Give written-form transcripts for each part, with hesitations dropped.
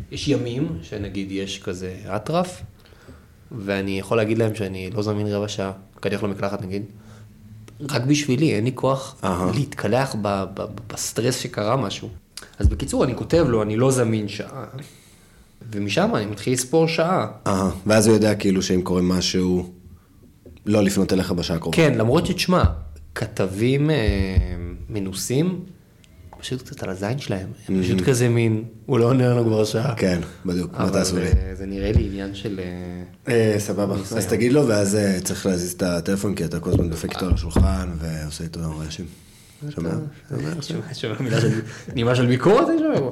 יש ימים שנגיד יש כזה אטרף, ואני יכול להגיד להם שאני לא זמין רבע שעה, קדיח למקלחת נגיד, רק בשבילי, אין לי כוח להתקלח בסטרס שקרה משהו. אז בקיצור, אני כותב לו, אני לא זמין שעה, ומשם אני מתחיל לספור שעה. ואז הוא יודע כאילו שאם קורה משהו, לא לפנות אליך בשעה קרובה. כן, למרות שתשמע, כתבים מנוסים, פשוט קצת על הזין שלהם, הם פשוט כזה מין, הוא לא עונה לנו כבר שעה. כן, בדיוק, מה תעשו לי? אבל זה נראה לי עניין של... סבבה, אז תגיד לו, ואז צריך להזיז את הטלפון, כי אתה כל הזמן דופק איתו על השולחן, ועושה איתו רעשים. שומע? נימה של ביקורת,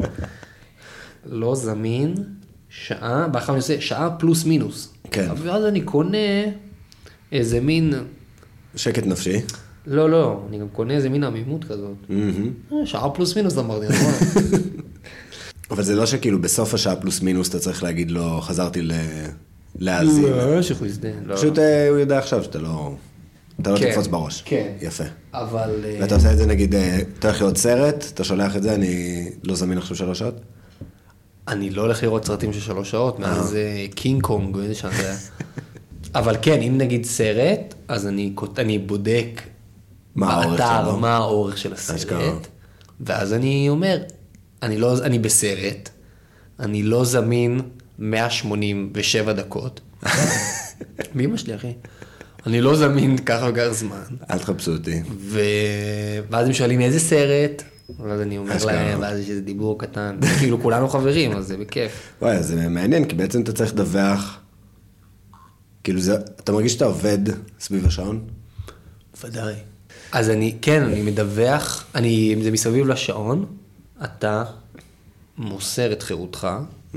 לא זמין, שעה, באחר אני עושה שעה פלוס מינוס. כן. ואז אני קונה איזה מין... שקט נפשי. לא, אני גם קונה איזה מין עמימות כזאת. שעה פלוס מינוס אמרתי, נכון? אבל זה לא שכאילו בסוף השעה פלוס מינוס אתה צריך להגיד לו, חזרתי להאזין. לא, שכו יזדה. פשוט הוא יודע עכשיו שאתה לא תקפוץ בראש. כן. יפה. אבל... ואתה עושה את זה נגיד, אתה הולך לראות סרט, אתה שולח את זה, אני לא זמין עכשיו 3 שעות? אני לא הולך לראות סרטים של 3 שעות, מאז קינג קונג, איזה שעה זה היה. אבל כן, אם נגיד סרט, אז אני בודק באתר מה האורך של הסרט, ואז אני אומר, אני בסרט, אני לא זמין 187 דקות. מאמא שלי, אחי. אני לא זמין ככה וכך זמן. אל תחפשו אותי. ואז הם שואלים איזה סרט, ואז אני אומר להם, ואז יש איזה דיבור קטן, כאילו כולנו חברים, אז זה בכיף. וואי, זה מעניין, כי בעצם אתה צריך לדווח, כאילו אתה מרגיש שאתה עובד סביב השעון? ודאי. אז אני מדווח, זה מסביב לשעון, אתה מוסר את חירותך,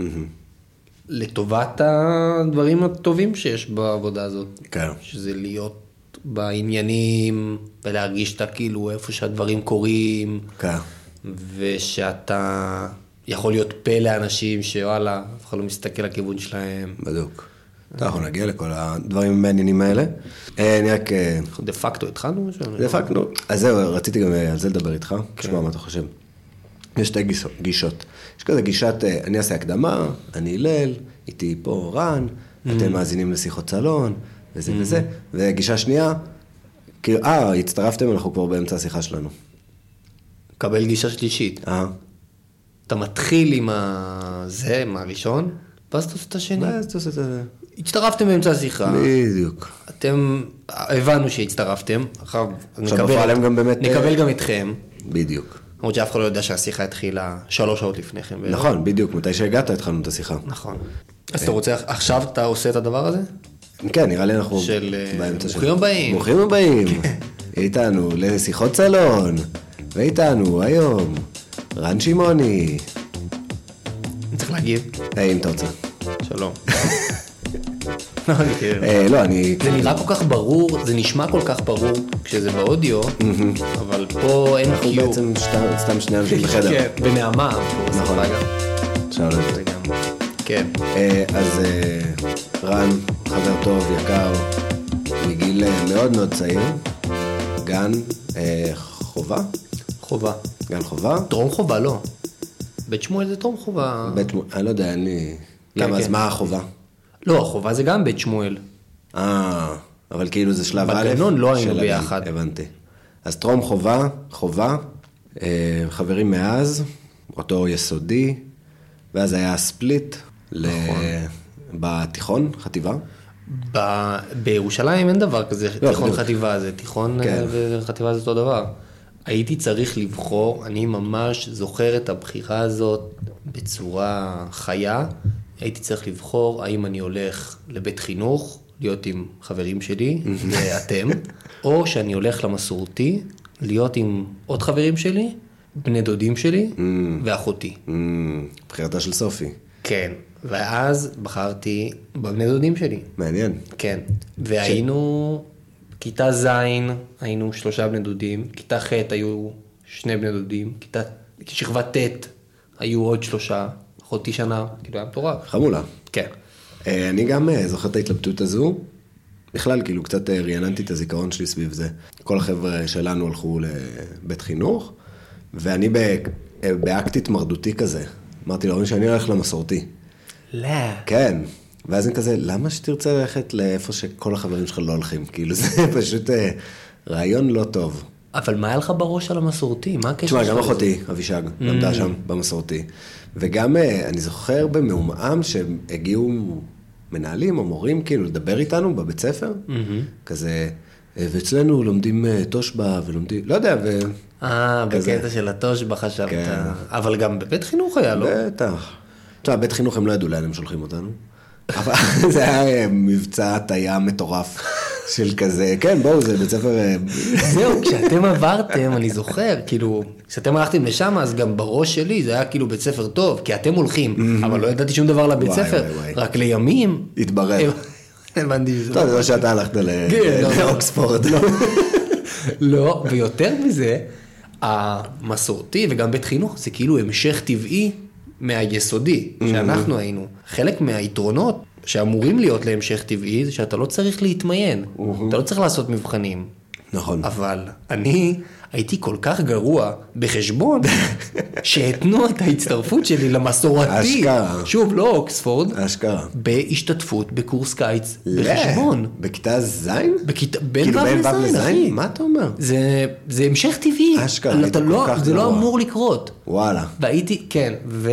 לטובת הדברים הטובים שיש בעבודה הזאת. כן. שזה להיות בעניינים, ולהרגיש שאתה כאילו איפה שהדברים קורים. כן. ושאתה יכול להיות פה לאנשים שוואלה, אף אחד לא מסתכל לכיוון שלהם. בדיוק. אנחנו נגיע לכל הדברים המעניינים האלה. אני רק... דה פקטו התחלנו משהו? דה פקטו. אז זהו, רציתי גם על זה לדבר איתך, לשמוע מה אתה חושב. יש 2 גישות. יש כזה גישת, אני אעשה הקדמה, אני הלל, איתי פה רן, אתם מאזינים לשיחות סלון, וזה וזה. וגישה שנייה, כאילו, הצטרפתם, אנחנו כבר באמצע השיחה שלנו. קבל גישה שלישית. אתה מתחיל עם זה, עם הראשון, ואז אתה עושה את השני. ואז אתה עושה את זה. הצטרפתם באמצע השיחה. בדיוק. אתם, הבנו שהצטרפתם, עכשיו נקבל גם אתכם. בדיוק. למרות שאף אחד לא יודע שהשיחה התחילה 3 שעות לפניכם. נכון, בדיוק, מתי שהגעת התחלנו את השיחה. נכון. אז אתה רוצה, עכשיו אתה עושה את הדבר הזה? כן, נראה לי אנחנו באמצע של... ברוכים הבאים. ברוכים הבאים. איתנו לשיחות סלון, ואיתנו היום, רן שמעוני. אני צריך להגיב. אם אתה רוצה. שלום. לא, אני... זה נראה כל כך ברור, זה נשמע כל כך ברור כשזה באודיו, אבל פה אין קיום. אנחנו בעצם סתם 2 אנשים בחדר. כן, בנעמה. נכון. שלום. כן. אז רן, חבר טוב, יקר, מגיל מאוד מאוד צעיר, גן חובה? חובה. גן חובה? טרום חובה, לא. בית שמואל זה טרום חובה. אני לא יודע, אין לי... למה, אז מה החובה? לא, החובה זה גם בית שמואל. אבל כאילו זה שלב א'. בגנון לא היינו ביחד. הבנתי. אז טרום חובה, חברים מאז, אותו יסודי, ואז היה ספליט בתיכון, חטיבה. בירושלים אין דבר כזה, תיכון חטיבה, זה תיכון וחטיבה זה אותו דבר. הייתי צריך לבחור, אני ממש זוכר את הבחירה הזאת בצורה חיה, הייתי צריך לבחור האם אני הולך לבית חינוך, להיות עם חברים שלי, ואתם, או שאני הולך למסורתי, להיות עם עוד חברים שלי, בני דודים שלי, ואחותי. בחירתה של סופי. כן, ואז בחרתי בבני דודים שלי. מעניין. כן, והיינו, כיתה ז' היינו 3 בני דודים, כיתה ח' היו 2 בני דודים, שכבה ט' היו עוד 3, אחותי שנה, כאילו היה מטורף. חמולה. כן. אני גם זוכר את ההתלבטות הזו, בכלל כאילו קצת רעננתי את הזיכרון שלי סביב זה. כל החבר'ה שלנו הלכו לבית חינוך, ואני באקט התמרדותי כזה, אמרתי לו, שאני הולך למסורתי. לא. כן. ואז אני כזה, למה שתרצה ללכת לאיפה שכל החברים שלך לא הולכים? כאילו, זה פשוט רעיון לא טוב. אבל מה היה לך בראש על המסורתי? מה הקשר תשמע, שלך גם לזה? אחותי, אבישג, למדה שם במסורתי. וגם אני זוכר במעומעם שהגיעו מנהלים או מורים כאילו לדבר איתנו בבית ספר. כזה, ואצלנו לומדים תושבע ולומדים, לא יודע, בקטע של התושבע חשבת. כן. אבל גם בבית חינוך היה, לא? בטח. תשמע, בית חינוך הם לא ידעו לאן הם שולחים אותנו. אבל זה היה מבצע הטעיה מטורף של כזה, כן, בואו, זה בית ספר... זהו, כשאתם עברתם, אני זוכר, כאילו, כשאתם הלכתם לשם, אז גם בראש שלי זה היה כאילו בית ספר טוב, כי אתם הולכים, אבל לא ידעתי שום דבר לבית וואי, ספר, וואי. רק לימים... התברר. הבנתי שזה... טוב, זה לא שאתה הלכת לאוקספורד. לא, ויותר מזה, המסורתי וגם בית חינוך, זה כאילו המשך טבעי מהיסודי, שאנחנו היינו. חלק מהיתרונות שאמורים להיות להמשך טבעי, זה שאתה לא צריך להתמיין, אתה לא צריך לעשות מבחנים. נכון. אבל אני הייתי כל כך גרוע בחשבון, שהתנו את ההצטרפות שלי למסורתי. אשכרה. שוב, לא אוקספורד. אשכרה. בהשתתפות בקורס קיץ בחשבון. בכיתה ז'? בין כאילו ו' בין ו' לז', לז'? אחי. מה אתה אומר? זה המשך טבעי. אשכרה, אתה היית כל לא- כך זה לא גרוע. אמור לקרות. וואלה. והייתי, כן,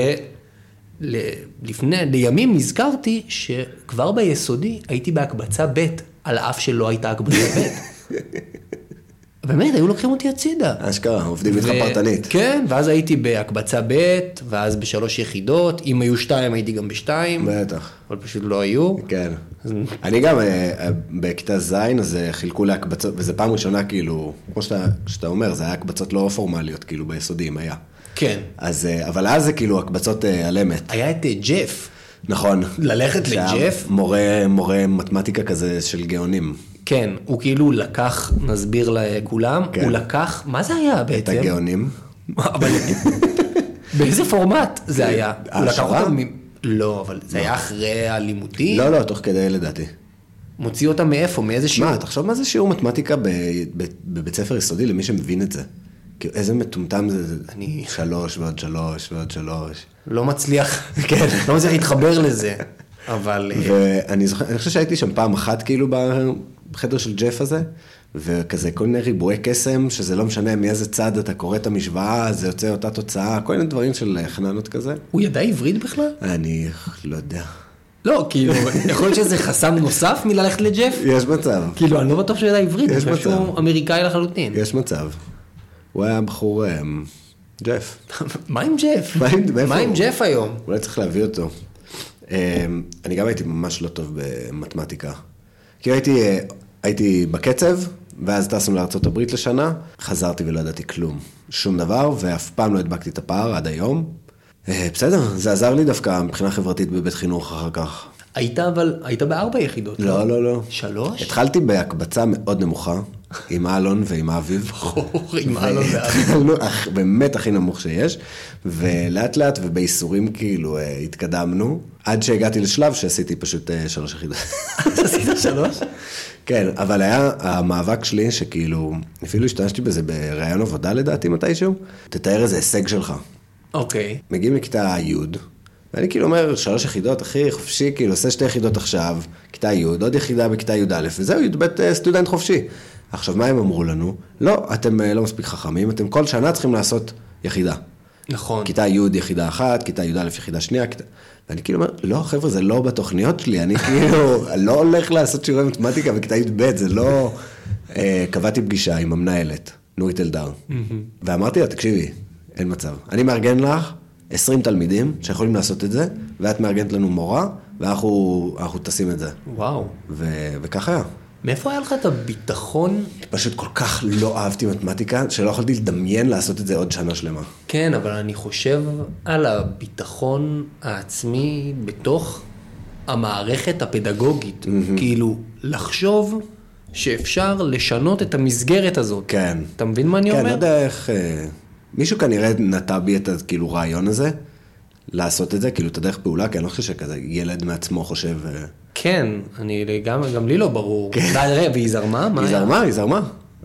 לימים נזכרתי שכבר ביסודי הייתי בהקבצה ב' על אף שלא הייתה הקבצה ב'. באמת, היו לוקחים אותי הצידה. אשכרה, עובדים איתך פרטנית. כן, ואז הייתי בהקבצה ב', ואז ב3 יחידות, אם היו 2 הייתי גם ב2, בטח. אבל פשוט לא היו. כן. אני גם בכיתה ז', אז חילקו להקבצות, וזה פעם ראשונה כאילו, כמו שאתה אומר, זה היה הקבצות לא פורמליות, כאילו ביסודיים היה. כן. אז, אבל אז זה כאילו הקבצות על אמת. היה את ג'ף. נכון. ללכת לג'ף? מורה מתמטיקה כזה של גאונים. כן, הוא כאילו לקח, נסביר לכולם, כן. הוא לקח, מה זה היה את בעצם? הגאונים. אבל באיזה פורמט זה היה? הוא לקח העשרה? אותם לא, אבל זה היה אחרי הלימודים? לא, תוך כדי לדעתי. מוציא אותם מאיפה? מאיזה שיעור? מה, תחשוב מה זה שיעור מתמטיקה בבית ספר יסודי למי שמבין את זה. כאילו, איזה מטומטם זה, 3 ועוד 3 ועוד 3. לא מצליח, כן, לא מצליח להתחבר לזה, אבל... ואני זוכר, אני חושב שהייתי שם פעם אחת כאילו בחדר של ג'ף הזה, וכזה כל מיני ריבועי קסם, שזה לא משנה מאיזה צד אתה קורא את המשוואה, זה יוצא אותה תוצאה, כל מיני דברים של חננות כזה. הוא ידע עברית בכלל? אני לא יודע. לא, כאילו, יכול להיות שזה חסם נוסף מללכת לג'ף? יש מצב. כאילו, אני לא בטוח שהוא ידע עברית, יש אני חושב מצב. שהוא אמריקאי לחלוטין. יש מצב. הוא היה בחור ג'ף. מה עם ג'ף? מאיפה מה עם הוא? ג'ף היום? אולי צריך להביא אותו. אני גם הייתי ממש לא טוב במתמטיקה. כי הייתי בקצב, ואז טסנו לארצות הברית לשנה, חזרתי ולא ידעתי כלום. שום דבר, ואף פעם לא הדבקתי את הפער עד היום. בסדר, זה עזר לי דווקא מבחינה חברתית בבית חינוך אחר כך. היית ב4 יחידות. לא. 3? התחלתי בהקבצה מאוד נמוכה, עם אלון ועם אביב. עם אלון ואביב. התחלנו באמת הכי נמוך שיש, ולאט לאט ובאיסורים כאילו התקדמנו, עד שהגעתי לשלב שעשיתי פשוט 3 יחידות. עשית 3? כן, אבל היה המאבק שלי שכאילו, אפילו השתמשתי בזה בראיון עבודה לדעתי מתישהו, תתאר איזה הישג שלך. אוקיי. מגיעים לכיתה י' ואני כאילו אומר 3 יחידות, אחי, חופשי, כאילו עושה 2 יחידות עכשיו, כיתה י', עוד יחידה בכיתה י' וזהו, י"ב סטודנט חופשי. עכשיו, מה הם אמרו לנו? לא, אתם לא מספיק חכמים, אתם כל שנה צריכים לעשות יחידה. נכון. כיתה י' יחידה אחת, כיתה י"א יחידה שנייה, ואני כאילו אומר, לא, חבר'ה, זה לא בתוכניות שלי, אני כאילו לא הולך לעשות שיעורי מתמטיקה בכיתה י"ב, זה לא... קבעתי פגישה עם המנהלת, נורית אלדר, ואמרתי לה, תקשיבי, אין מצב. אני מארגן לך 20 תלמידים שיכולים לעשות את זה, ואת מארגנת לנו מורה, ואנחנו תשים את זה. וואו. וכך היה. מאיפה היה לך את הביטחון? פשוט כל כך לא אהבתי מתמטיקה, שלא יכולתי לדמיין לעשות את זה עוד שנה שלמה. כן, אבל אני חושב על הביטחון העצמי בתוך המערכת הפדגוגית. כאילו, לחשוב שאפשר לשנות את המסגרת הזאת. כן. אתה מבין מה אני אומר? כן, לא יודע איך... מישהו כנראה נטע בי את כאילו רעיון הזה, לעשות את זה, כאילו את הדרך פעולה, כי אני לא חושב שכזה ילד מעצמו חושב... כן, גם לי לא ברור. והיא זרמה? היא זרמה.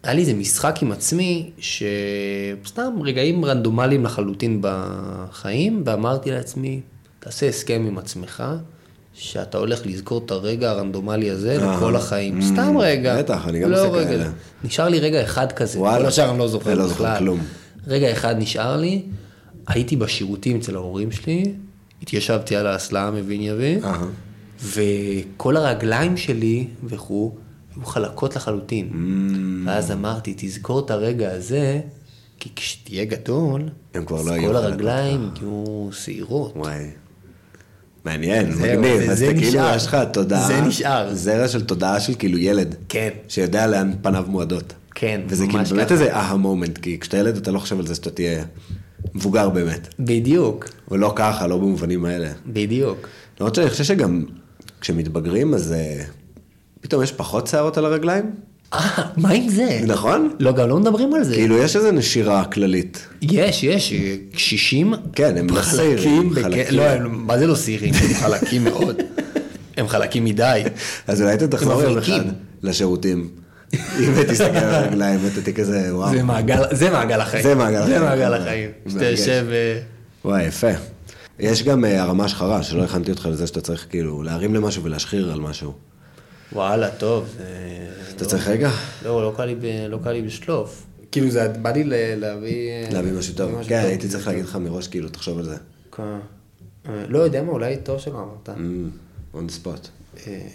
היה לי איזה משחק עם עצמי, שסתם רגעים רנדומליים לחלוטין בחיים, ואמרתי לעצמי, תעשה הסכם עם עצמך, שאתה הולך לזכור את הרגע הרנדומלי הזה לכל החיים. סתם רגע. בטח, אני גם עושה כאלה. נשאר לי רגע אחד כזה. כל השאר אני לא זוכר לא זוכר כלום. רגע אחד נשאר לי, הייתי בשירותים אצל ההורים שלי, התיישבתי על האסלה, מבין יבין, וכל הרגליים שלי וכו', היו חלקות לחלוטין. ואז אמרתי, תזכור את הרגע הזה, כי כשתהיה גדול, אז כל הרגליים יהיו שעירות. וואי. מעניין, מגניב. אז אתה כאילו, יש לך תודעה. זה נשאר. זרע של תודעה של כאילו ילד. כן. שיודע לאן פניו מועדות. כן, וזה כאילו באמת איזה מומנט, כי כשאתה ילד אתה לא חושב על זה שאתה תהיה מבוגר באמת. בדיוק. ולא ככה, לא במובנים האלה. בדיוק. למרות שאני חושב שגם כשמתבגרים, אז פתאום יש פחות שערות על הרגליים. מה עם זה? נכון? לא, גם לא מדברים על זה. כאילו יש איזו נשירה כללית. יש. קשישים. כן, הם לא סירים. לא, מה זה לא סירים? הם חלקים מאוד. הם חלקים מדי. אז אולי אתה תחזור יום אחד לשירותים. אם תסתכל על הרגליים, אתה תהיה כזה, וואו. זה מעגל החיים. זה מעגל החיים. שאתה יושב... וואי, יפה. יש גם הרמה שחרה, שלא הכנתי אותך לזה שאתה צריך כאילו להרים למשהו ולהשחיר על משהו. וואלה, טוב. אתה צריך רגע? לא קל לי בשלוף. כאילו, זה בא לי להביא משהו טוב. כן, הייתי צריך להגיד לך מראש, כאילו, תחשוב על זה. לא יודע מה, אולי טוב שלא אמרת. on the spot.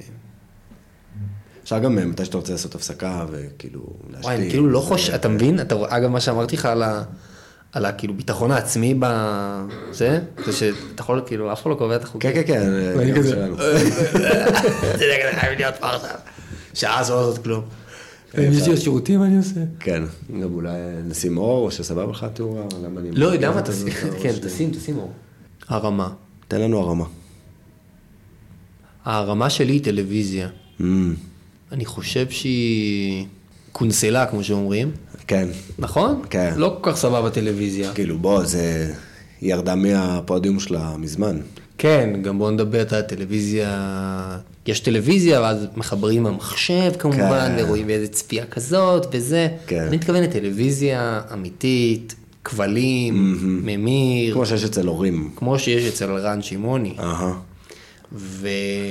אפשר גם מתי שאתה רוצה לעשות הפסקה וכאילו להשתיק. וואי, אני כאילו לא חושב, אתה מבין? אגב, מה שאמרתי לך על הכאילו ביטחון העצמי בזה, זה שאתה יכול כאילו, אף אחד לא קובע את החוקים. כן. ואני כזה, זה נגד חייב להיות פה עכשיו. שעה זו לעשות כלום. אם יש לי שירותים, מה אני עושה? כן, גם אולי נשים אור, או שסבב לך תאורה, למה אני... לא, יודע מה, כן, תשים אור. הרמה. תן לנו הרמה. הרמה שלי היא טלוויזיה. אני חושב שהיא קונסלה, כמו שאומרים. כן. נכון? כן. לא כל כך סבבה בטלוויזיה. כאילו, בוא, זה ירדה מהפודיום שלה מזמן. כן, גם בוא נדבר את הטלוויזיה. יש טלוויזיה, ואז מחברים המחשב כמובן, ורואים באיזה צפייה כזאת, וזה. אני מתכוון לטלוויזיה אמיתית, כבלים, ממיר. כמו שיש אצל הורים. כמו שיש אצל רן שימוני. וזה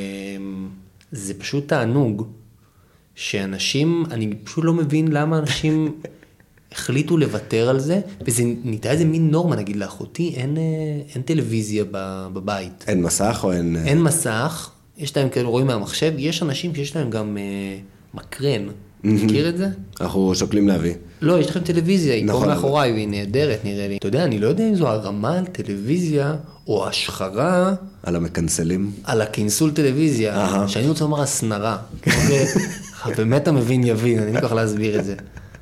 פשוט תענוג, שאנשים, אני פשוט לא מבין למה אנשים החליטו לוותר על זה, וזה ניתה איזה מין נורמה, נגיד לאחותי, אין טלוויזיה בבית. אין מסך או אין... אין מסך, יש להם כאילו רואים מהמחשב, יש אנשים שיש להם גם מקרן, מכיר את זה? אנחנו שוקלים להביא. לא, יש לכם טלוויזיה, היא פה מאחוריי, והיא נהדרת נראה לי. אתה יודע, אני לא יודע אם זו הרמה על טלוויזיה, או השחרה... על המקנסלים? על הכינסול טלוויזיה, שאני רוצה לומר הסנרה. באמת אתה מבין יבין, אני לא יכול להסביר את זה.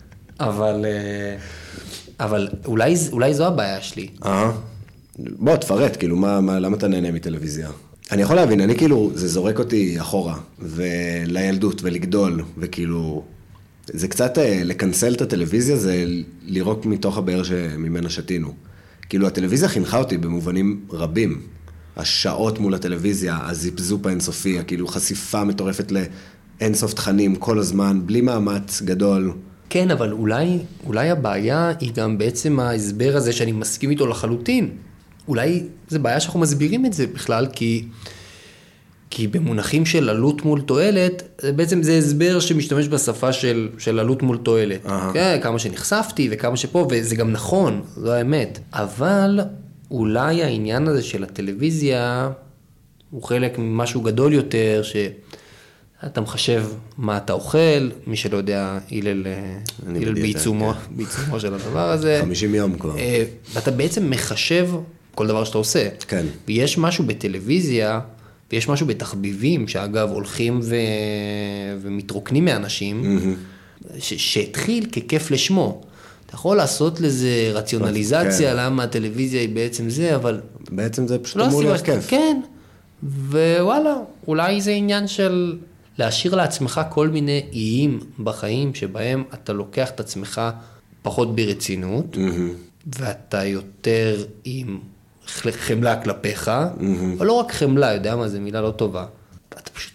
אבל אולי זו הבעיה שלי. בוא, תפרט, כאילו, למה אתה נהנה מטלוויזיה? אני יכול להבין, אני כאילו, זה זורק אותי אחורה, ולילדות, ולגדול, וכאילו, זה קצת לקנסל את הטלוויזיה, זה לירוק מתוך הבאר שממנה שתינו. כאילו, הטלוויזיה חינכה אותי במובנים רבים. השעות מול הטלוויזיה, הזיפזופ האינסופי, כאילו, חשיפה מטורפת לאינסוף תכנים כל הזמן, בלי מאמץ גדול. כן, אבל אולי הבעיה היא גם בעצם ההסבר הזה שאני מסכים איתו לחלוטין. אולי זה בעיה שאנחנו מסבירים את זה בכלל, כי במונחים של עלות מול תועלת, בעצם זה הסבר שמשתמש בשפה של עלות מול תועלת. כן, כמה שנחשפתי וכמה שפה, וזה גם נכון, זו האמת. אבל אולי העניין הזה של הטלוויזיה הוא חלק ממשהו גדול יותר, שאתה מחשב מה אתה אוכל, מי שלא יודע, הלל בעיצומו של הדבר הזה. 50 יום כבר. ואתה בעצם מחשב כל דבר שאתה עושה. כן. ויש משהו בטלוויזיה, ויש משהו בתחביבים, שאגב הולכים ומתרוקנים מאנשים, שהתחיל ככיף לשמו. אתה יכול לעשות לזה רציונליזציה, למה הטלוויזיה היא בעצם זה, אבל... בעצם זה פשוט אמור להיות כיף. כן, ווואלה, אולי זה עניין של להשאיר לעצמך כל מיני איים בחיים, שבהם אתה לוקח את עצמך פחות ברצינות, ואתה יותר עם חמלה כלפיך, אבל לא רק חמלה, יודע מה, זו מילה לא טובה. אתה פשוט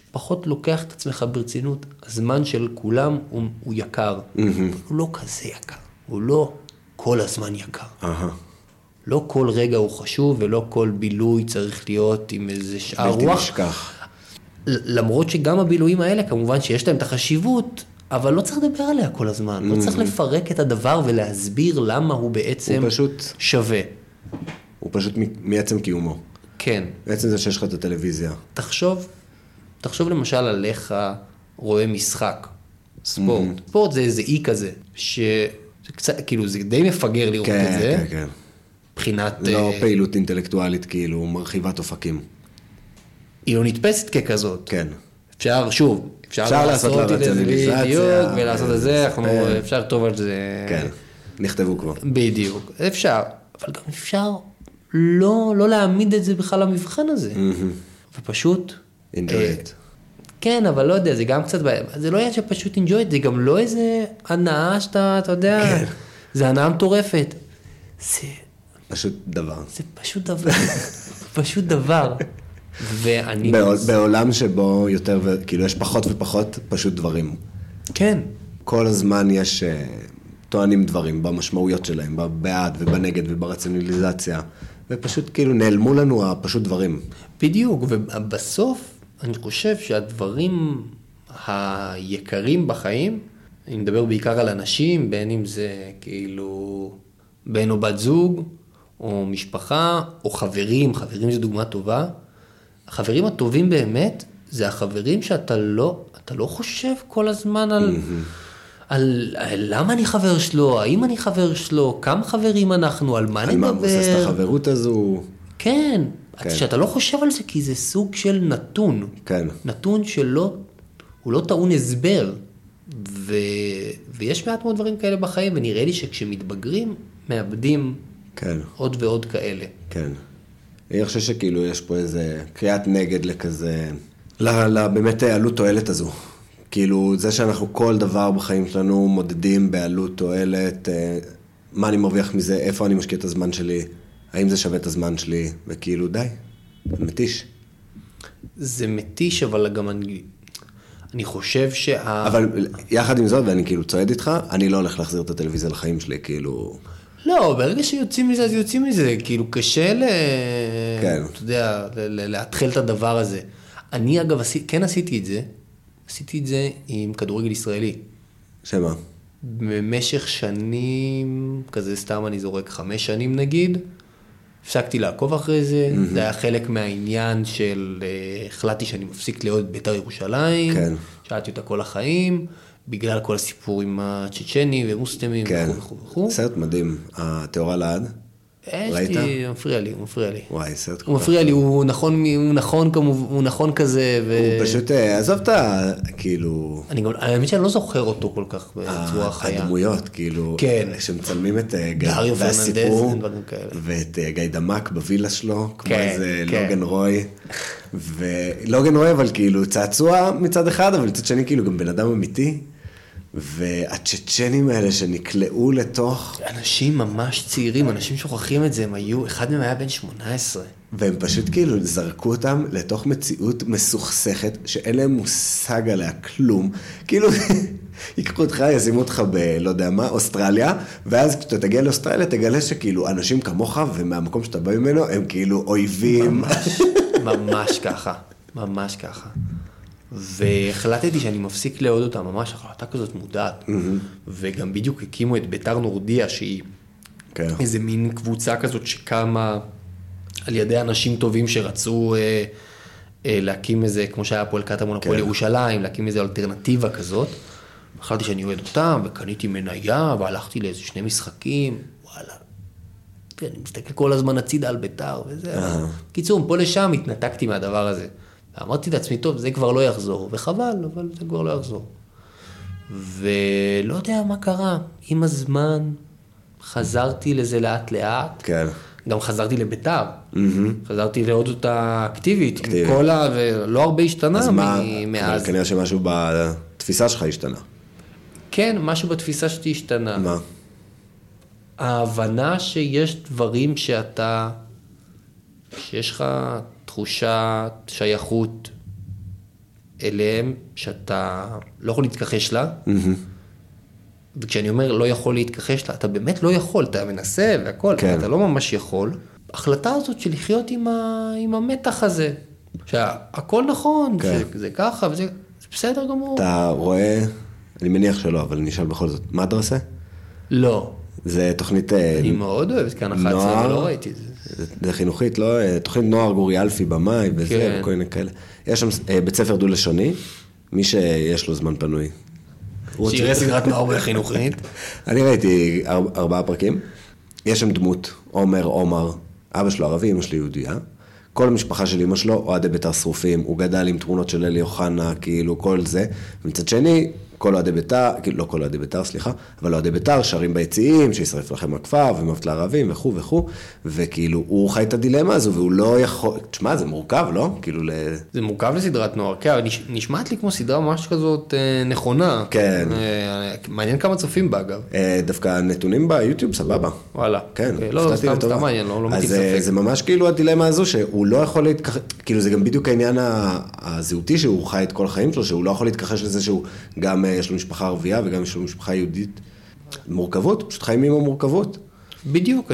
פחות לוקח את עצמך ברצינות. הזמן של כולם הוא יקר. הוא לא כזה יקר. הוא לא כל הזמן יקר. לא כל רגע הוא חשוב, ולא כל בילוי צריך להיות עם איזה שאר רוח. בלתי נשכח. למרות שגם הבילויים האלה, כמובן שיש להם את החשיבות, אבל לא צריך לדבר עליה כל הזמן. לא צריך לפרק את הדבר ולהסביר למה הוא בעצם שווה. הוא פשוט מעצם קיומו. כן. בעצם זה שיש לך את הטלוויזיה. תחשוב למשל עליך רואה משחק, ספורט. ספורט זה איזה אי כזה, כאילו זה די מפגר לראות את זה. כן, כן. מבחינת... לא פעילות אינטלקטואלית, כאילו מרחיבת אופקים. היא לא נתפסת ככזאת. כן. אפשר לעשות לה רציונליזציה. ולעשות את זה, אפשר טוב על זה. כן, נכתבו כבר. בדיוק, אפשר. אבל גם אפשר לא להעמיד את זה בכלל למבחן הזה. ופשוט... enjoy it. כן, אבל לא יודע, זה גם קצת... זה לא יהיה שפשוט enjoy it, זה גם לא איזה הנאה שאתה יודע, זה הנאה מטורפת. זה... פשוט דבר. זה פשוט דבר. פשוט דבר. ואני... בעולם שבו יותר, כאילו יש פחות ופחות פשוט דברים. כן. כל הזמן יש טוענים דברים במשמעויות שלהם, בעד ובנגד וברציונליזציה, ופשוט כאילו נעלמו לנו הפשוט דברים. בדיוק, ובסוף אני חושב שהדברים היקרים בחיים, אני מדבר בעיקר על אנשים, בין אם זה כאילו בן או בת זוג, או משפחה, או חברים, חברים זו דוגמה טובה. החברים הטובים באמת, זה החברים שאתה לא חושב כל הזמן על למה אני חבר שלו, האם אני חבר שלו, כמה חברים אנחנו, על מה נדבר. על מה מבוסס את החברות הזו. כן, שאתה לא חושב על זה כי זה סוג של נתון. כן. נתון הוא לא טעון הסבר. ויש מעט מאוד דברים כאלה בחיים, ונראה לי שכשמתבגרים, מאבדים עוד ועוד כאלה. כן. אני חושב שכאילו יש פה איזה קריאת נגד לכזה, באמת עלות תועלת הזו. כאילו זה שאנחנו כל דבר בחיים שלנו מודדים בעלות תועלת, מה אני מרוויח מזה, איפה אני משקיע את הזמן שלי, האם זה שווה את הזמן שלי, וכאילו די, מתיש. זה מתיש, אבל גם אני חושב אבל יחד עם זאת, ואני כאילו צועד איתך, אני לא הולך להחזיר את הטלוויזיה לחיים שלי, כאילו... לא, ברגע שיוצאים מזה, אז יוצאים מזה, כאילו קשה כן. אתה יודע, להתחיל את הדבר הזה. אני אגב, כן עשיתי את זה עם כדורגל ישראלי. שמה? במשך שנים, כזה סתם אני זורק 5 שנים נגיד, הפסקתי לעקוב אחרי זה, זה היה חלק מהעניין של, החלטתי שאני מפסיק להיות בית"ר ירושלים, כן. שאלתי אותה כל החיים, בגלל כל הסיפור עם הצ'צ'נים ומוסלמים וכו' וכו'. סרט מדהים, התיאורה לעד. ראית? הוא מפריע לי. וואי, סרט הוא מפריע לי, הוא נכון כזה. הוא פשוט, עזוב את ה... כאילו... האמת שאני לא זוכר אותו כל כך בצורה חיה. הדמויות, כאילו, שמצלמים את דריו והסיפור, ואת גיא דמק בווילה שלו, כמו איזה לוגן רוי. ולוגן רוי, אבל כאילו צעצוע מצד אחד, אבל מצד שני כאילו גם בן אדם אמיתי. והצ'צ'נים האלה שנקלעו לתוך... אנשים ממש צעירים, אנשים שוכחים את זה, הם היו, אחד מהם היה בן 18. והם פשוט כאילו זרקו אותם לתוך מציאות מסוכסכת, שאין להם מושג עליה כלום. כאילו, ייקחו אותך, ישימו אותך לא יודע מה, אוסטרליה, ואז כשאתה תגיע לאוסטרליה, תגלה שכאילו אנשים כמוך, ומהמקום שאתה בא ממנו, הם כאילו אויבים. ממש ככה. והחלטתי שאני מפסיק לעוד אותה, ממש החלטה כזאת מודעת. וגם בדיוק הקימו את בית"ר נורדיה, שהיא איזה מין קבוצה כזאת שקמה על ידי אנשים טובים שרצו להקים איזה, כמו שהיה פועל קטמון הפועל ירושלים, להקים איזה אלטרנטיבה כזאת. החלטתי שאני אוהד אותם, וקניתי מניה, והלכתי לאיזה 2 משחקים, וואלה. אני מסתכל כל הזמן הצידה על בית"ר, וזה. קיצור, פה לשם התנתקתי מהדבר הזה. אמרתי לעצמי, טוב, זה כבר לא יחזור, וחבל, אבל זה כבר לא יחזור. ולא יודע מה קרה. עם הזמן חזרתי לזה לאט לאט. כן. גם חזרתי לבית"ר. חזרתי לעוד אותה אקטיבית. ולא הרבה השתנה מאז. כנראה שמשהו בתפיסה שלך השתנה. כן, משהו בתפיסה שלי השתנה. מה? ההבנה שיש דברים שיש לך תחושת שייכות אליהם שאתה לא יכול להתכחש לה, וכשאני אומר לא יכול להתכחש לה, אתה באמת לא יכול, אתה מנסה והכל, כן. אתה לא ממש יכול. ההחלטה הזאת של לחיות עם המתח הזה, שהכל נכון, כן. שזה ככה וזה בסדר גמור. אתה רואה, אני מניח שלא, אבל נשאל בכל זאת, מדרסה? לא. זה תוכנית... אני מאוד אוהבת, כאן 11, אבל לא ראיתי את זה. זה חינוכית, לא? תוכנית נוער גורי אלפי במאי, וזה, כן. וכל מיני כאלה. יש שם בית ספר דו-לשוני, מי שיש לו זמן פנוי. שיראה סדרת נוער בחינוכית. אני ראיתי 4 פרקים. יש שם דמות, עומר, אבא שלו ערבי, אמא שלי יהודייה. כל המשפחה של אמא שלו, אוהדי בית"ר שרופים, הוא גדל עם תמונות של אלי אוחנה, כאילו כל זה. ומצד שני, כל אוהדי בית"ר, כאילו לא כל אוהדי בית"ר, סליחה, אבל אוהדי בית"ר שרים ביציעים, שישרף לכם הכפר, ומוות לערבים, וכו', וכאילו, הוא חי את הדילמה הזו, והוא לא יכול, תשמע, זה מורכב, לא? כאילו זה מורכב לסדרת נוער, כן, נשמעת לי כמו סדרה ממש כזאת נכונה. כן. מעניין כמה צופים בה, אגב. דווקא הנתונים ביוטיוב, סבבה. וואלה. כן. לא, סתם מעניין, לא מטיל ספק. אז זה ממש כאילו הדילמה הזו, שהוא לא יכול להתכחש, כאילו זה גם בדיוק העניין הזהותי, שהוא חי את כל החיים שלו, שהוא לא יכול להתכחש לזה שהוא גם יש לו משפחה ערבייה וגם יש לו משפחה יהודית. מורכבות, פשוט חיים עם המורכבות. בדיוק,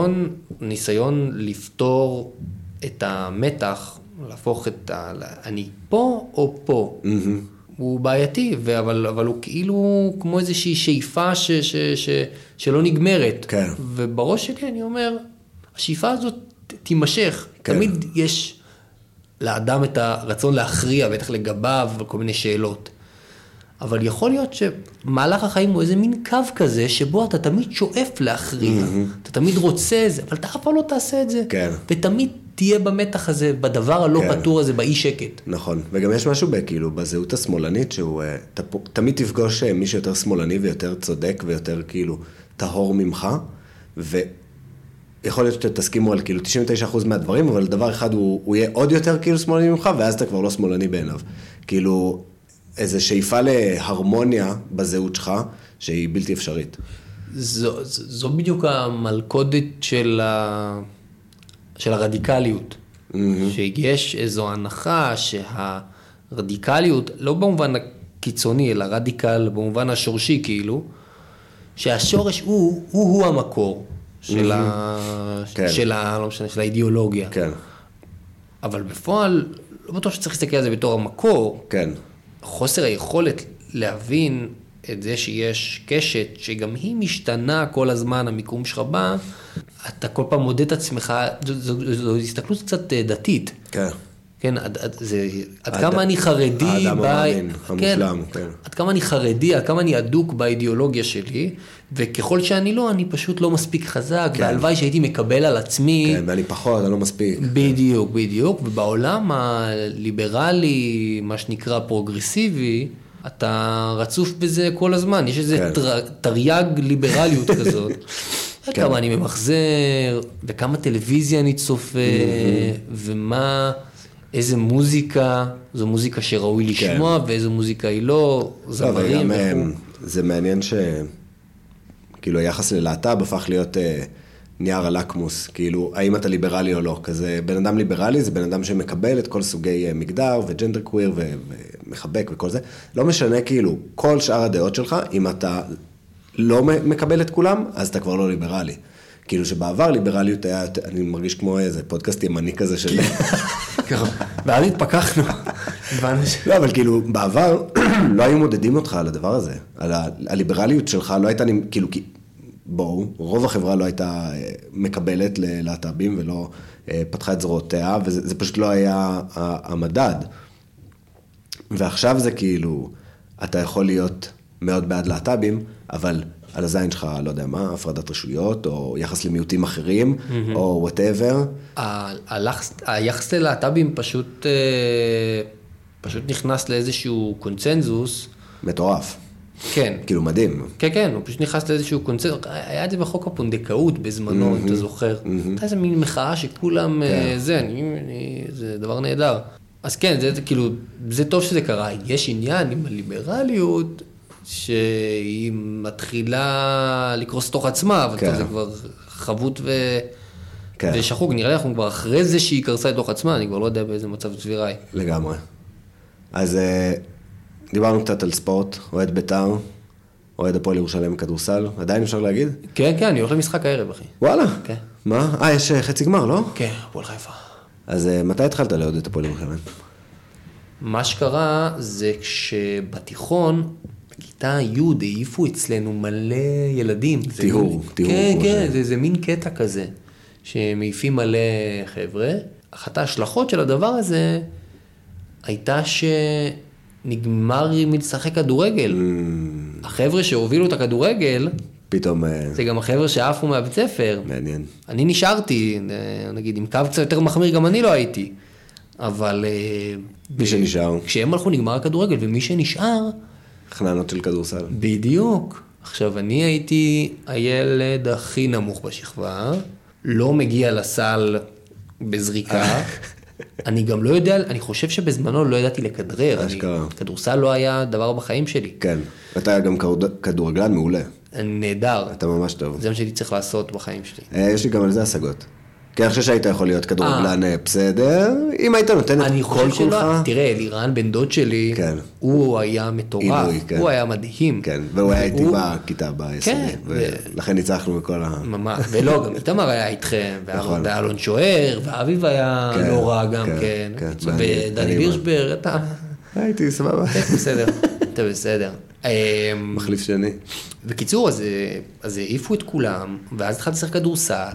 הניסיון לפתור את המתח, להפוך את אני פה או פה, הוא בעייתי, אבל הוא כאילו כמו איזושהי שאיפה שלא נגמרת. כן. ובראש שלי אני אומר, השאיפה הזאת תימשך. כן. תמיד יש לאדם את הרצון להכריע, בטח לגביו וכל מיני שאלות. אבל יכול להיות שמהלך החיים הוא איזה מין קו כזה, שבו אתה תמיד שואף להכריע, אתה תמיד רוצה את זה, אבל אתה אף פעם לא תעשה את זה, כן. ותמיד תהיה במתח הזה, בדבר הלא כן. פתור הזה, באי שקט. נכון, וגם יש משהו כאילו, בזהות השמאלנית, שהוא תמיד תפגוש מי שיותר שמאלני ויותר צודק, ויותר כאילו טהור ממך, ויכול להיות שתסכימו על כאילו 99% מהדברים, אבל דבר אחד הוא יהיה עוד יותר כאילו שמאלני ממך, ואז אתה כבר לא שמאלני בעיניו. כאילו... איזו שאיפה להרמוניה בזהות שלך, שהיא בלתי אפשרית. זו בדיוק המלכודת של הרדיקליות. שיש איזו הנחה שהרדיקליות, לא במובן הקיצוני, אלא רדיקל, במובן השורשי כאילו, שהשורש הוא המקור של האידיאולוגיה. כן. אבל בפועל, לא בטוח שצריך להסתכל על זה בתור המקור. כן. חוסר היכולת להבין את זה שיש קשת, שגם היא משתנה כל הזמן, המיקום שלך בא, אתה כל פעם מודד את עצמך, זו הסתכלות קצת דתית. כן. כן, עד כמה אני חרדי, האדם המאמין, המושלם, כן. עד כמה אני חרדי, עד כמה אני אדוק באידיאולוגיה שלי, וככל שאני לא, אני פשוט לא מספיק חזק, והלוואי שהייתי מקבל על עצמי. כן, ואני פחות, אני לא מספיק. בדיוק, בדיוק, ובעולם הליברלי, מה שנקרא פרוגרסיבי, אתה רצוף בזה כל הזמן, יש איזה תרי"ג ליברליות כזאת. כמה אני ממחזר, וכמה טלוויזיה אני צופה, ומה... איזה מוזיקה, זו מוזיקה שראוי לשמוע, ואיזו מוזיקה היא לא, זמרים וכו'. זה מעניין כאילו היחס ללהט"ב הפך להיות נייר הלקמוס, כאילו האם אתה ליברלי או לא, כזה בן אדם ליברלי זה בן אדם שמקבל את כל סוגי מגדר וג'נדר קוויר ומחבק וכל זה, לא משנה כאילו כל שאר הדעות שלך, אם אתה לא מקבל את כולם, אז אתה כבר לא ליברלי. כאילו שבעבר ליברליות היה, אני מרגיש כמו איזה פודקאסט ימני כזה של... ואז התפקחנו. לא, אבל כאילו בעבר לא היו מודדים אותך על הדבר הזה. על הליברליות שלך לא הייתה, כאילו, בואו, רוב החברה לא הייתה מקבלת ללהט"בים ולא פתחה את זרועותיה, וזה פשוט לא היה המדד. ועכשיו זה כאילו, אתה יכול להיות מאוד בעד להט"בים, אבל... על הזין שלך, לא יודע מה, הפרדת רשויות, או יחס למיעוטים אחרים, או whatever. היחס ללהט"בים פשוט נכנס לאיזשהו קונצנזוס. מטורף. כן. כאילו מדהים. כן, כן, הוא פשוט נכנס לאיזשהו קונצנזוס. היה את זה בחוק הפונדקאות בזמנו, אם אתה זוכר. הייתה איזו מין מחאה שכולם, זה דבר נהדר. אז כן, זה כאילו, זה טוב שזה קרה. יש עניין עם הליברליות, שהיא מתחילה לקרוס תוך עצמה, אבל זה כבר חבוט ושחוק. נראה לי אנחנו כבר אחרי זה שהיא קרסה לתוך עצמה, אני כבר לא יודע באיזה מצב צבירה היא. לגמרי. אז דיברנו קצת על ספורט, אוהד בית"ר, אוהד הפועל ירושלים בכדורסל, עדיין אפשר להגיד? כן, כן, אני הולך למשחק הערב, אחי. וואלה? כן. מה? יש חצי גמר, לא? כן, הפועל חיפה. אז מתי התחלת לאהוד את הפועל ירושלים? מה שקרה זה כשבתיכון, בכיתה י' העיפו אצלנו מלא ילדים. טיהור. כן, כן, זה מין קטע כזה, שמעיפים מלא חבר'ה. אחת ההשלכות של הדבר הזה הייתה שנגמר מלשחק כדורגל. החבר'ה שהובילו את הכדורגל, פתאום... זה גם החבר'ה שעפו מהבית ספר. מעניין. אני נשארתי, נגיד, עם קו קצת יותר מחמיר, גם אני לא הייתי. אבל... מי שנשאר. כשהם הלכו נגמר הכדורגל, ומי שנשאר... חננות של כדורסל. בדיוק. עכשיו, אני הייתי הילד הכי נמוך בשכבה, לא מגיע לסל בזריקה. אני גם לא יודע, אני חושב שבזמנו לא ידעתי לכדרר. כדורסל לא היה דבר בחיים שלי. כן. אתה גם כדורגלן מעולה. נהדר. אתה ממש טוב. זה מה שהייתי צריך לעשות בחיים שלי. יש לי גם על זה השגות. כי אני חושב שהיית יכול להיות כדורגלן בסדר, אם היית נותן את כל כולך. תראה, לירן בן דוד שלי, הוא היה מטורף, הוא היה מדהים. כן, והוא היה איתי בכיתה ביסודי, ולכן ניצחנו בכל ה... ממש, ולא, גם איתמר היה איתכם, ואלון שוער, ואביב היה לא רע גם כן, ודני וירשבר, אתה... הייתי סבבה. בסדר, אתה בסדר. מחליף שני. בקיצור, אז העיפו את כולם, ואז התחלתי לשחק כדורסל,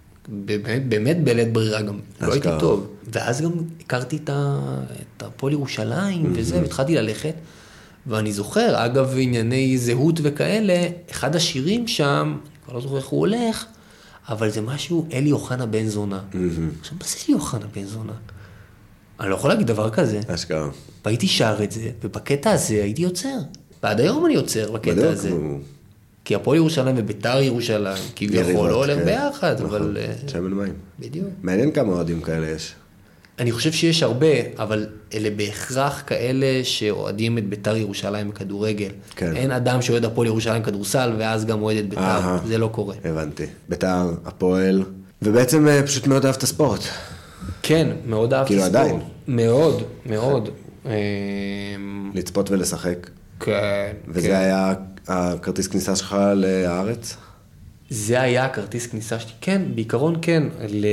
באמת בלית ברירה גם, לא הייתי טוב. ואז גם הכרתי את הפועל ירושלים וזה, והתחלתי ללכת, ואני זוכר, אגב ענייני זהות וכאלה, אחד השירים שם, אני כבר לא זוכר איך הוא הולך, אבל זה משהו, אלי אוחנה בן זונה. עכשיו, מה זה אלי אוחנה בן זונה? אני לא יכול להגיד דבר כזה. אשכרה. והייתי שר את זה, ובקטע הזה הייתי יוצר. ועד היום אני יוצר בקטע הזה. כי הפועל ירושלים ובית"ר ירושלים, כביכול לא הולך ביחד, אבל... שמן מים. בדיוק. מעניין כמה אוהדים כאלה יש. אני חושב שיש הרבה, אבל אלה בהכרח כאלה שאוהדים את בית"ר ירושלים בכדורגל. אין אדם שאוהד הפועל ירושלים כדורסל, ואז גם אוהד את בית"ר. זה לא קורה. הבנתי. בית"ר, הפועל, ובעצם פשוט מאוד אהבת הספורט. כן, מאוד אהבתי ספורט. כאילו עדיין. מאוד, מאוד. לצפות ולשחק. כן. וזה היה הכרטיס כניסה שלך לארץ? זה היה הכרטיס כניסה שלי, כן, בעיקרון כן.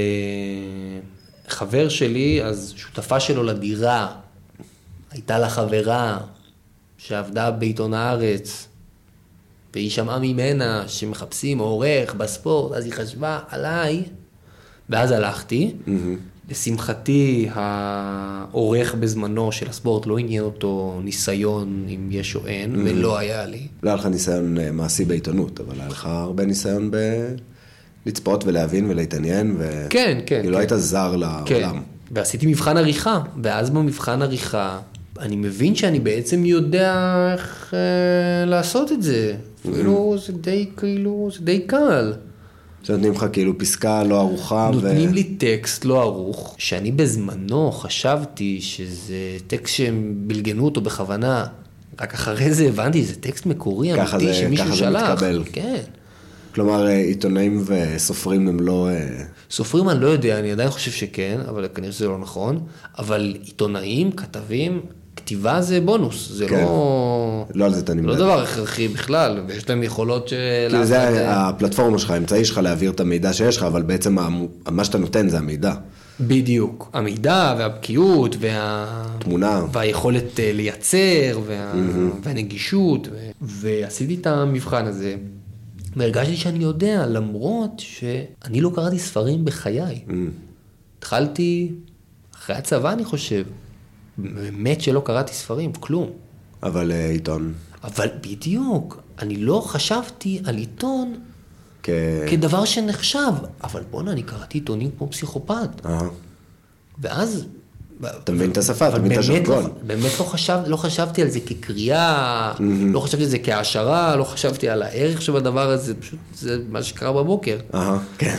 לחבר שלי, אז שותפה שלו לדירה, הייתה לה חברה שעבדה בעיתון הארץ, והיא שמעה ממנה שמחפשים עורך בספורט, אז היא חשבה עליי, ואז הלכתי. לשמחתי, העורך בזמנו של הספורט לא עניין אותו ניסיון אם יש או אין, ולא היה לי. לא היה לך ניסיון מעשי בעיתונות, אבל היה לך הרבה ניסיון לצפות ולהבין ולהתעניין, כן, כן. כאילו היית זר לעולם. כן, ועשיתי מבחן עריכה, ואז במבחן עריכה, אני מבין שאני בעצם יודע איך לעשות את זה. אפילו זה די קל. שנותנים לך כאילו פסקה לא ערוכה. נותנים לי טקסט לא ערוך, שאני בזמנו חשבתי שזה טקסט שהם בלגנו אותו בכוונה, רק אחרי זה הבנתי, זה טקסט מקורי אמיתי שמישהו שלח. ככה זה מתקבל. כן. כלומר, עיתונאים וסופרים הם לא... סופרים אני לא יודע, אני עדיין חושב שכן, אבל כנראה שזה לא נכון, אבל עיתונאים, כתבים, כתיבה זה בונוס, זה לא על זה אתה נמדד. לא דבר הכרחי בכלל, ויש להם יכולות כי זה הפלטפורמה שלך, האמצעי שלך להעביר את המידע שיש לך, אבל בעצם מה שאתה נותן זה המידע. בדיוק, המידע והבקיאות תמונה. והיכולת לייצר והנגישות, ועשיתי את המבחן הזה, והרגשתי שאני יודע, למרות שאני לא קראתי ספרים בחיי. התחלתי אחרי הצבא אני חושב, באמת שלא קראתי ספרים, כלום. אבל עיתון. אבל בדיוק, אני לא חשבתי על עיתון כדבר שנחשב, אבל בוא'נה, אני קראתי עיתונים כמו פסיכופת. ואז... אתה מבין את השפה, אתה מבין את הז'רגון. באמת לא חשבתי על זה כקריאה, לא חשבתי על זה כהעשרה, לא חשבתי על הערך שבדבר הזה, פשוט זה מה שקרה בבוקר. כן.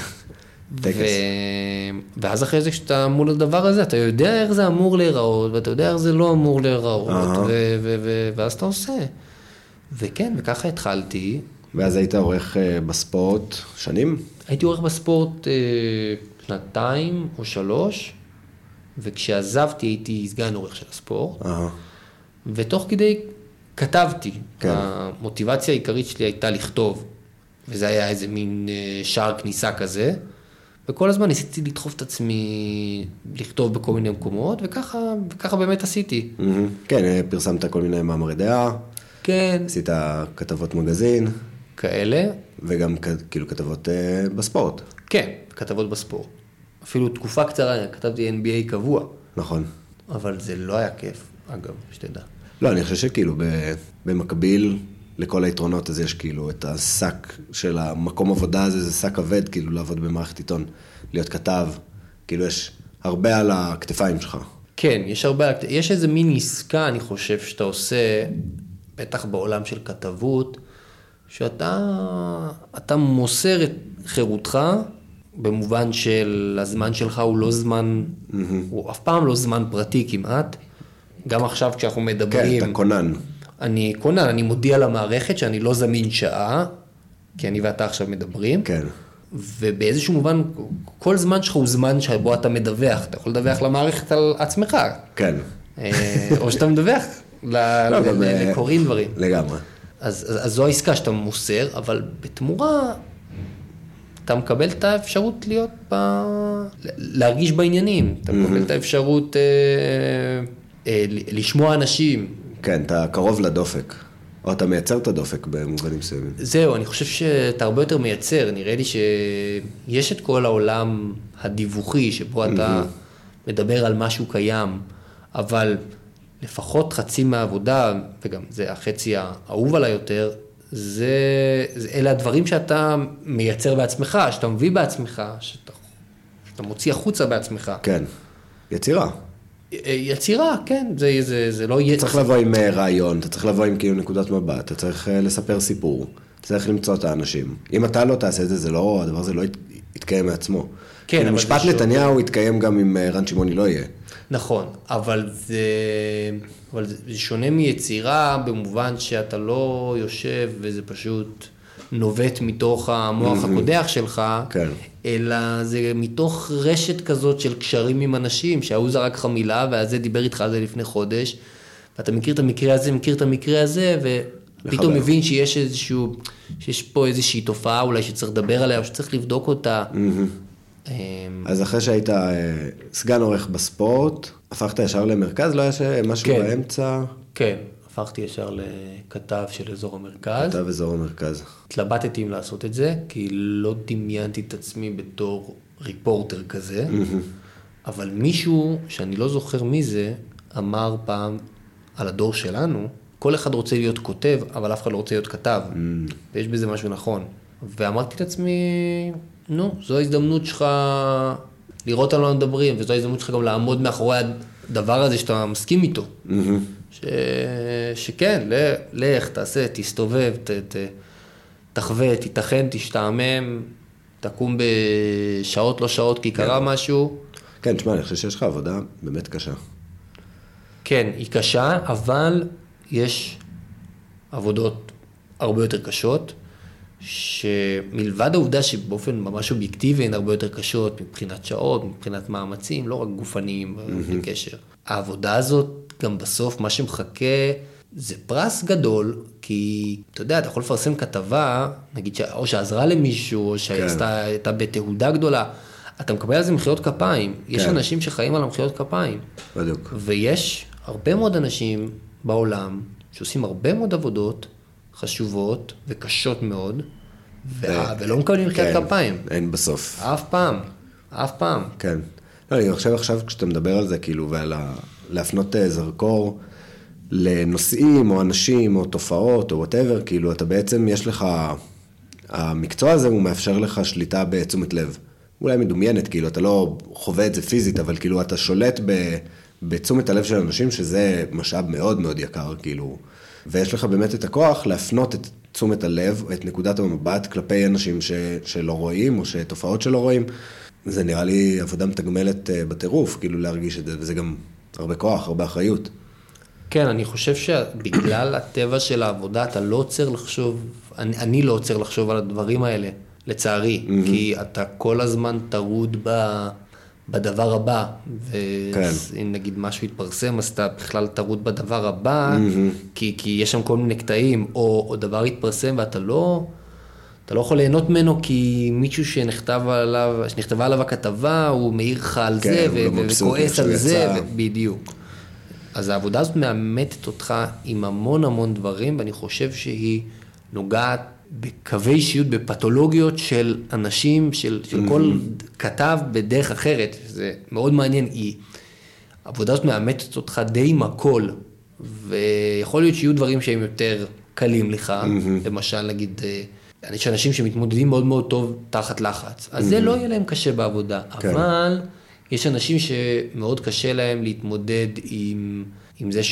ואז אחרי זה כשאתה מול הדבר הזה, אתה יודע איך זה אמור להיראות, ואתה יודע איך זה לא אמור להיראות, ואז אתה עושה. וכן, וככה התחלתי. ואז היית עורך בספורט שנים? הייתי עורך בספורט 2 או 3, וכשעזבתי הייתי סגן עורך של הספורט. ותוך כדי כתבתי. כן. המוטיבציה העיקרית שלי הייתה לכתוב, וזה היה איזה מין שער כניסה כזה, וכל הזמן ניסיתי לדחוף את עצמי לכתוב בכל מיני מקומות, וככה באמת עשיתי. כן, פרסמת כל מיני מאמרי דעה. כן. עשית כתבות מגזין. כאלה. וגם כאילו כתבות בספורט. כן, כתבות בספורט. אפילו תקופה קצרה, כתבתי NBA קבוע. נכון. אבל זה לא היה כיף, אגב, שתדע. לא, אני חושב שכאילו במקביל לכל היתרונות הזה יש כאילו את השק של המקום עבודה הזה, זה שק כבד, כאילו לעבוד במערכת עיתון, להיות כתב, כאילו יש הרבה על הכתפיים שלך. כן, יש הרבה, יש איזה מין עסקה, אני חושב, שאתה עושה, בטח בעולם של כתבות, שאתה מוסר את חירותך, במובן של הזמן שלך הוא לא זמן, הוא אף פעם לא זמן פרטי כמעט, גם עכשיו כשאנחנו מדברים. כן, אתה קונן. אני קונן, אני מודיע למערכת שאני לא זמין שעה, כי אני ואתה עכשיו מדברים. כן. ובאיזשהו מובן, כל זמן שלך הוא זמן שבו אתה מדווח, אתה יכול לדווח למערכת על עצמך. כן. או שאתה מדווח לקוראים דברים. לגמרי. אז זו העסקה שאתה מוסר, אבל בתמורה אתה מקבל את האפשרות להרגיש בעניינים, אתה מקבל את האפשרות לשמוע אנשים. כן, אתה קרוב לדופק, או אתה מייצר את הדופק במובנים מסוימים. זהו, אני חושב שאתה הרבה יותר מייצר, נראה לי שיש את כל העולם הדיווחי, שבו אתה מדבר על משהו קיים, אבל לפחות חצי מהעבודה, וגם זה החצי האהוב עליי יותר, אלה הדברים שאתה מייצר בעצמך, שאתה מביא בעצמך, שאתה מוציא החוצה בעצמך. כן, יצירה. יצירה, כן, זה לא יהיה... צריך לבוא עם רעיון, אתה צריך לבוא עם כאילו נקודת מבט, אתה צריך לספר סיפור, אתה צריך למצוא את האנשים. אם אתה לא תעשה את זה, הדבר הזה לא יתקיים מעצמו. כן, אבל משפט נתניהו יתקיים גם אם רן שמעוני לא יהיה. נכון, אבל זה שונה מיצירה במובן שאתה לא יושב וזה פשוט נובט מתוך המוח הקודח שלך, כן. אלא זה מתוך רשת כזאת של קשרים עם אנשים, שההוא זרק לך מילה והזה דיבר איתך על זה לפני חודש, ואתה מכיר את המקרה הזה, ופתאום מבין שיש פה איזושהי תופעה אולי שצריך לדבר עליה, או שצריך לבדוק אותה. אז אחרי שהיית סגן עורך בספורט, הפכת ישר למרכז? לא היה משהו באמצע? כן, הפכתי ישר לכתב של אזור המרכז. כתב אזור המרכז. התלבטתי אם לעשות את זה, כי לא דמיינתי את עצמי בתור ריפורטר כזה, אבל מישהו, שאני לא זוכר מי זה, אמר פעם על הדור שלנו, כל אחד רוצה להיות כותב, אבל אף אחד לא רוצה להיות כתב, ויש בזה משהו נכון. ואמרתי לעצמי, נו, זו ההזדמנות שלך לראות על מה מדברים, וזו ההזדמנות שלך גם לעמוד מאחורי הדבר הזה שאתה מסכים איתו. שכן, לך, תעשה, תסתובב, תחווה, תתכן, תשתעמם, תקום בשעות לא שעות כי קרה משהו. כן, תשמע, אני חושב שיש לך עבודה באמת קשה. כן, היא קשה, אבל יש עבודות הרבה יותר קשות, שמלבד העובדה שבאופן ממש אובייקטיבי הן הרבה יותר קשות, מבחינת שעות, מבחינת מאמצים, לא רק גופניים בקשר. העבודה הזאת, גם בסוף, מה שמחכה, זה פרס גדול, כי, אתה יודע, אתה יכול לפרסם כתבה, נגיד, או שעזרה למישהו, או שהייתה בתהודה גדולה, אתה מקבל על זה מחיאות כפיים. יש אנשים שחיים על המחיאות כפיים. בדיוק. ויש הרבה מאוד אנשים בעולם, שעושים הרבה מאוד עבודות, חשובות וקשות מאוד, ולא מקבלים מחיאות כפיים. אין בסוף. אף פעם. כן. לא, אני חושב עכשיו כשאתה מדבר על זה, כאילו, להפנות זרקור לנושאים או אנשים או תופעות או whatever, כאילו, אתה בעצם, יש לך, המקצוע הזה הוא מאפשר לך שליטה בתשומת לב. אולי מדומיינת, כאילו, אתה לא חווה את זה פיזית, אבל כאילו, אתה שולט בתשומת הלב של אנשים, שזה משאב מאוד מאוד יקר, כאילו, ויש לך באמת את הכוח להפנות את תשומת הלב, את נקודת המבט כלפי אנשים שלא רואים, או שתופעות שלא רואים. זה נראה לי עבודה מתגמלת בטירוף, כאילו להרגיש את זה, וזה גם הרבה כוח, הרבה אחריות. כן, אני חושב שבגלל הטבע של העבודה, אתה לא עוצר לחשוב, אני לא עוצר לחשוב על הדברים האלה, לצערי, כי אתה כל הזמן טרוד בדבר הבא, ואם נגיד משהו יתפרסם, אז אתה בכלל תרוץ בדבר הבא, כי יש שם כל מיני קטעים, או דבר יתפרסם ואתה לא יכול ליהנות ממנו, כי מישהו שנכתבה עליו הכתבה, הוא מעיר לך על זה, וכועס על זה, בדיוק. אז העבודה הזאת מאמתת אותך עם המון המון דברים, ואני חושב שהיא נוגעת בקווי אישיות, בפתולוגיות של אנשים, של כל כתב בדרך אחרת. זה מאוד מעניין. העבודה הזאת מאמתת אותך די עם הכל, ויכול להיות שיהיו דברים שהם יותר קלים לך, למשל נגיד, יש אנשים שמתמודדים מאוד מאוד טוב תחת לחץ, אז זה לא יהיה להם קשה בעבודה, אבל יש אנשים שמאוד קשה להם להתמודד עם זה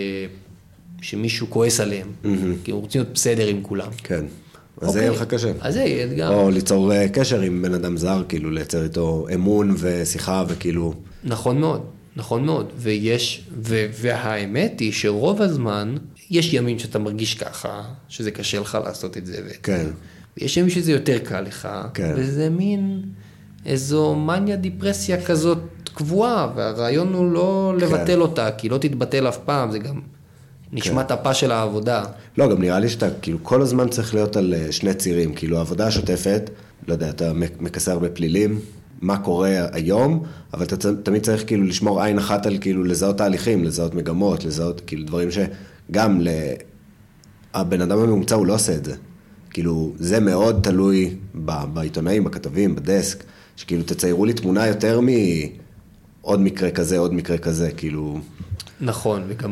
שמישהו כועס עליהם, כי הם רוצים להיות בסדר עם כולם. כן, אז זה יהיה לך קשה. אז זה יהיה אתגר. או ליצור קשר עם בן אדם זר, כאילו לייצר איתו אמון ושיחה וכאילו... נכון מאוד, נכון מאוד. והאמת היא שרוב הזמן, יש ימים שאתה מרגיש ככה, שזה קשה לך לעשות את זה. כן. ויש ימים שזה יותר קל לך, וזה מין איזו מניה דיפרסיה כזאת קבועה, והרעיון הוא לא לבטל אותה, כי לא תתבטל אף פעם, זה גם נשמת הפה של העבודה. לא, גם נראה לי שאתה כאילו כל הזמן צריך להיות על שני צירים, כאילו העבודה השוטפת, לא יודע, אתה מקסר בפלילים, מה קורה היום, אבל אתה תמיד צריך כאילו לשמור עין אחת על כאילו לזהות תהליכים, לזהות מגמות, לזהות כאילו דברים שגם הבן אדם הממוצע הוא לא עושה את זה. כאילו זה מאוד תלוי בעיתונאים, בכתבים, בדסק, שכאילו תציירו לי תמונה יותר מעוד מקרה כזה, עוד מקרה כזה, כאילו... נכון, וגם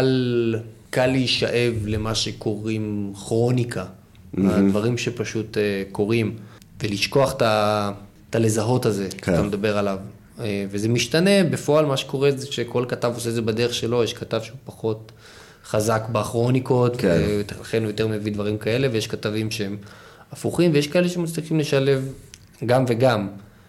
קל להישאב למה שקוראים כרוניקה, הדברים שפשוט קורים, ולשכוח את הלזהות הזה, אתה מדבר עליו. וזה משתנה, בפועל מה שקורה זה שכל כתב עושה את זה בדרך שלו, יש כתב שהוא פחות חזק בכרוניקות, לכן הוא יותר מביא דברים כאלה, ויש כתבים שהם הפוכים, ויש כאלה שמצליחים לשלב גם וגם.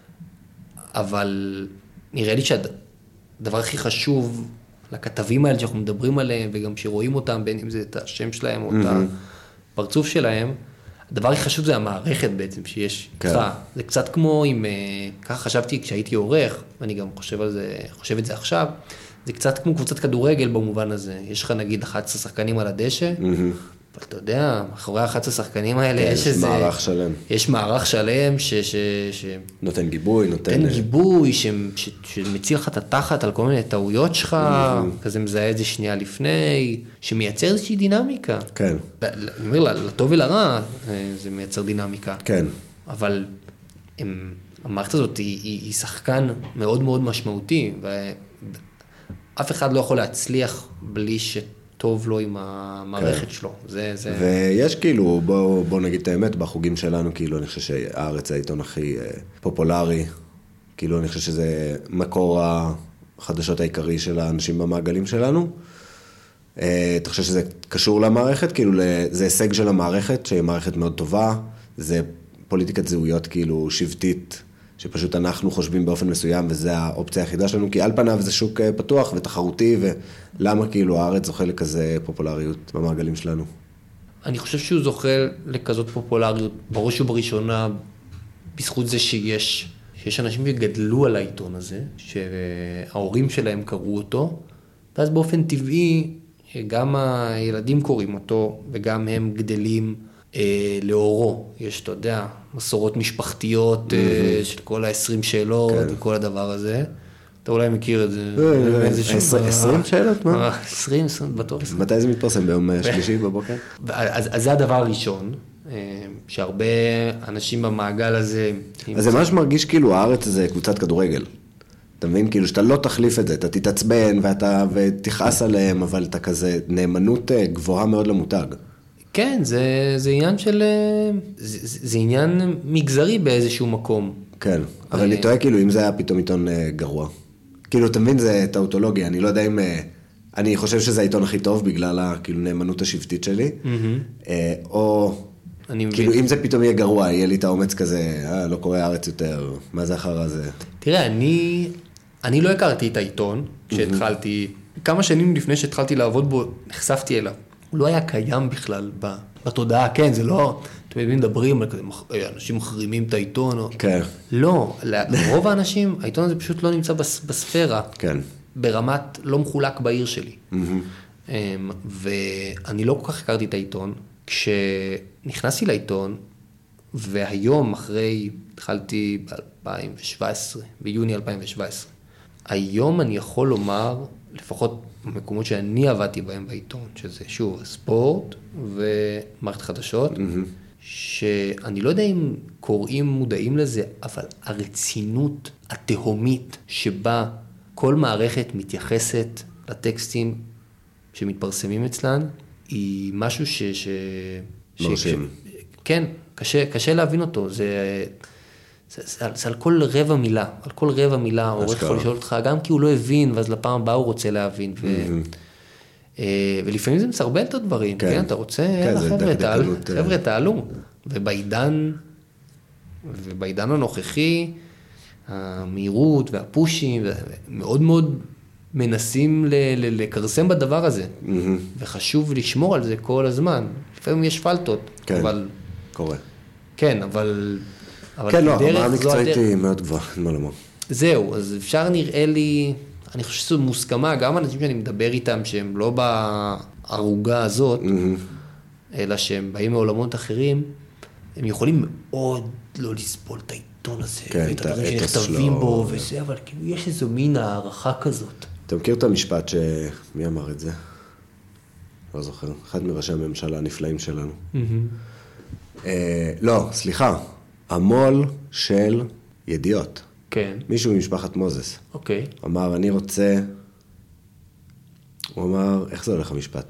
אבל נראה לי שהדבר הכי חשוב לכתבים האלה שאנחנו מדברים עליהם, וגם שרואים אותם, בין אם זה את השם שלהם או את הפרצוף שלהם, הדבר הכי חשוב זה המערכת בעצם שיש לך. זה קצת כמו אם, ככה חשבתי כשהייתי עורך, ואני גם חושב את זה עכשיו, זה קצת כמו קבוצת כדורגל במובן הזה. יש לך נגיד 11 שחקנים על הדשא, אבל אתה יודע, אחרי 11 שחקנים האלה יש איזה... מערך שלם. יש מערך שלם נותן גיבוי, נותן גיבוי, שמציל לך את התחת על כל מיני טעויות שלך, כזה מזהה את זה שנייה לפני, שמייצר איזושהי דינמיקה. כן. אני אומר, לטוב ולרע, זה מייצר דינמיקה. כן. אבל המערכת הזאת היא שחקן מאוד מאוד משמעותי, ואף אחד לא יכול להצליח בלי טוב לו עם המערכת שלו. ויש כאילו, בוא נגיד את האמת, בחוגים שלנו, כאילו אני חושב שהארץ זה העיתון הכי פופולרי, כאילו אני חושב שזה מקור החדשות העיקרי של האנשים במעגלים שלנו. אתה חושב שזה קשור למערכת? כאילו זה הישג של המערכת, שהיא מערכת מאוד טובה, זה פוליטיקת זהויות כאילו שבטית, שפשוט אנחנו חושבים באופן מסוים, וזה האופציה היחידה שלנו, כי על פניו זה שוק פתוח ותחרותי, ולמה כאילו הארץ זוכה לכזה פופולריות במעגלים שלנו? אני חושב שהוא זוכה לכזאת פופולריות, בראש ובראשונה, בזכות זה שיש אנשים שגדלו על העיתון הזה, שההורים שלהם קראו אותו, ואז באופן טבעי, גם הילדים קוראים אותו, וגם הם גדלים לאורו. יש, אתה יודע, מסורות משפטיות של כל ה-20 שאלות וכל הדבר הזה. אתה אולי מכיר את זה. 20 שאלות? מה? 20, בטוח. מתי זה מתפרסם? ביום שלישי בבוקר? אז זה הדבר הראשון, שהרבה אנשים במעגל הזה... אז זה ממש מרגיש כאילו הארץ זה קבוצת כדורגל. אתה מבין? כאילו שאתה לא תחליף את זה, אתה תתעצבן ותכעס עליהם, אבל אתה כזה נאמנות גבוהה מאוד למותג. כן, זה עניין זה עניין מגזרי באיזשהו מקום. כן, אבל אני טועה כאילו אם זה היה פתאום עיתון גרוע. כאילו, אתה מבין, זה טאוטולוגיה, אני לא יודע אם... אני חושב שזה העיתון הכי טוב בגלל כאילו נאמנות השבטית שלי, או כאילו אם זה פתאום יהיה גרוע, יהיה לי את האומץ כזה, לא קורא הארץ יותר, מה זה אחר הזה? תראה, אני לא הכרתי את העיתון כשהתחלתי, כמה שנים לפני שהתחלתי לעבוד בו, נחשפתי אליו. הוא לא היה קיים בכלל בתודעה, כן, זה לא, אתם יודעים, מדברים על כזה, אנשים מחרימים את העיתון, או... כן. לא, לרוב האנשים, העיתון הזה פשוט לא נמצא בספירה, כן. ברמת לא מחולק בעיר שלי. ואני לא כל כך הכרתי את העיתון, כשנכנסתי לעיתון, והיום אחרי, התחלתי ב-2017, ביוני 2017, היום אני יכול לומר, לפחות במקומות שאני עבדתי בהם בעיתון, שזה שוב ספורט ומערכת חדשות, שאני לא יודע אם קוראים מודעים לזה, אבל הרצינות התהומית שבה כל מערכת מתייחסת לטקסטים שמתפרסמים אצלן, היא משהו מרשים. כן, קשה להבין אותו, זה על כל רבע מילה, על כל רבע מילה, עורך יכול לשאול אותך, גם כי הוא לא הבין, ואז לפעם הבאה הוא רוצה להבין, ולפעמים זה מסרבל את הדברים, כן, אתה רוצה, חבר'ה, תעלו, ובעידן הנוכחי, המהירות והפושים, מאוד מאוד מנסים לקרסם בדבר הזה, וחשוב לשמור על זה כל הזמן, לפעמים יש פלטות, אבל... קורה. כן, אבל... כן, לא, הרמה המקצועית היא מאוד גבוהה, מה לומר. זהו, אז אפשר נראה לי, אני חושב שזו מוסכמה, גם אנשים שאני מדבר איתם, שהם לא בערוגה הזאת, אלא שהם באים מעולמות אחרים, הם יכולים מאוד לא לסבול את העיתון הזה, ואת הדברים שנכתבים בו, וזה, אבל כאילו יש איזו מין הערכה כזאת. אתה מכיר את המשפט מי אמר את זה? לא זוכר, אחד מראשי הממשלה הנפלאים שלנו. לא, סליחה, המול של ידיעות. כן. מישהו ממשפחת מוזס. אוקיי. אמר, אני רוצה, הוא אמר, איך זה הולך המשפט?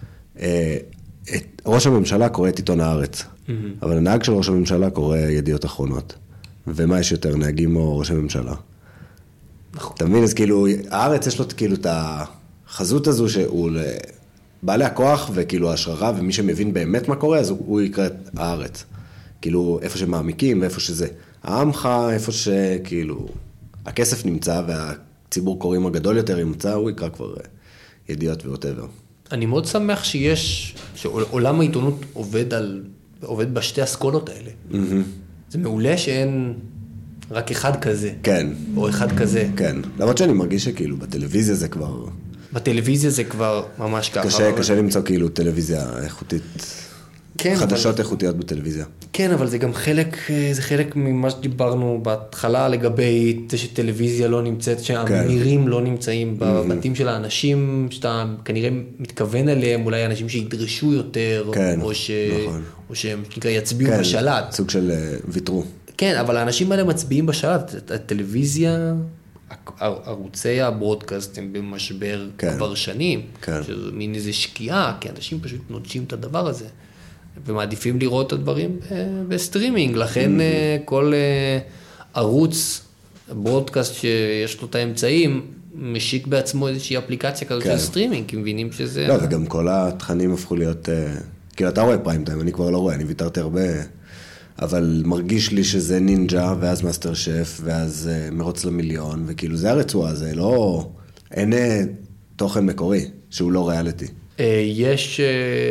ראש הממשלה קורא את עיתון הארץ, אבל הנהג של ראש הממשלה קורא ידיעות אחרונות. ומה יש יותר, נהגים או ראש הממשלה? נכון. אתה מבין, אז כאילו, הארץ יש לו כאילו את החזות הזו שהוא בעלי הכוח וכאילו השררה, ומי שמבין באמת מה קורה, אז הוא יקרא את הארץ. כאילו, איפה שמעמיקים ואיפה שזה. העמך, איפה שכאילו, הכסף נמצא והציבור קוראים הגדול יותר ימצא, הוא יקרא כבר ידיעות ואוטבר. אני מאוד שמח שעולם העיתונות עובד בשתי אסכולות האלה. זה מעולה שאין רק אחד כזה. כן. או אחד כזה. כן. למרות שאני מרגיש שכאילו בטלוויזיה זה כבר... בטלוויזיה זה כבר ממש ככה. קשה למצוא כאילו טלוויזיה איכותית, כן, חדשות איכותיות בטלוויזיה. כן, אבל זה גם חלק ממה שדיברנו בהתחלה לגבי זה שטלוויזיה לא נמצאת, שהאמירים לא נמצאים בבתים של האנשים שאתה כנראה מתכוון אליהם, אולי אנשים שידרשו יותר, או שהם יצביעו בשלט. סוג של ויתרו. כן, אבל האנשים האלה מצביעים בשלט. הטלוויזיה, ערוצי הברודקאסט הם במשבר כבר שנים, שזה מין איזו שקיעה, כי אנשים פשוט נוטשים את הדבר הזה, ומעדיפים לראות את הדברים בסטרימינג, לכן כל ערוץ ברודקאסט שיש לו את האמצעים, משיק בעצמו איזושהי אפליקציה כזאת של סטרימינג, כי מבינים שזה... לא, וגם כל התכנים הפכו להיות, כאילו אתה רואה פריים טיים, אני כבר לא רואה, אני ויתרתי הרבה... אבל מרגיש לי שזה נינג'ה, ואז מאסטר שף, ואז מרוץ למיליון, וכאילו זה הרצועה, זה לא... אין תוכן מקורי, שהוא לא ריאליטי. יש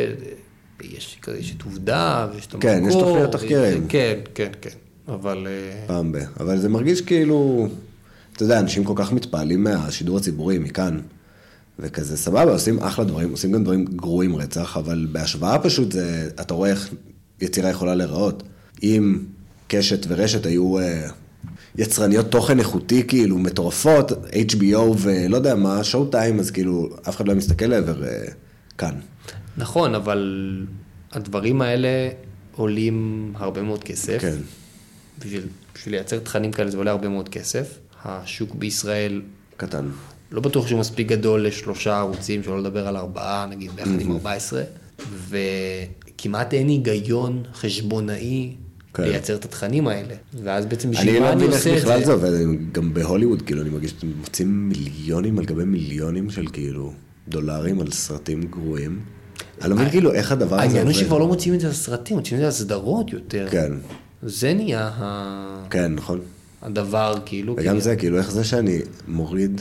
את עובדה, ויש את המקור. כן, יש תוכניות תחקירים. כן, כן, כן, אבל... פעם אבל זה מרגיש כאילו... אתה יודע, אנשים כל כך מתפעלים מהשידור הציבורי, מכאן, וכזה סבבה, עושים אחלה דברים, עושים גם דברים גרועים רצח, אבל בהשוואה פשוט זה... אתה רואה איך יצירה יכולה להיראות. אם קשת ורשת היו יצרניות תוכן איכותי, כאילו מטורפות, HBO ולא יודע מה, שואו טיים, אז כאילו אף אחד לא מסתכל לעבר כאן. נכון, אבל הדברים האלה עולים הרבה מאוד כסף. כן. בשביל לייצר תכנים כאלה זה עולה הרבה מאוד כסף. השוק בישראל... קטן. לא בטוח שהוא מספיק גדול ל3 ערוצים, שלא לדבר על 4, נגיד, ביחד עם 14, וכמעט אין היגיון חשבונאי לייצר את התכנים האלה. ואז בעצם בשביל מה אני עושה את זה? אני לא מבין איך בכלל זה עובד, גם בהוליווד, כאילו, אני מרגיש שאתם מוצאים מיליונים על גבי מיליונים של כאילו דולרים על סרטים גרועים. אני לא מבין כאילו איך הדבר הזה עובד. העניין הוא שכבר לא מוצאים את זה על סרטים, מוצאים את זה על סדרות יותר. כן. זה נהיה כן, נכון. הדבר, כאילו. וגם זה, כאילו, איך זה שאני מוריד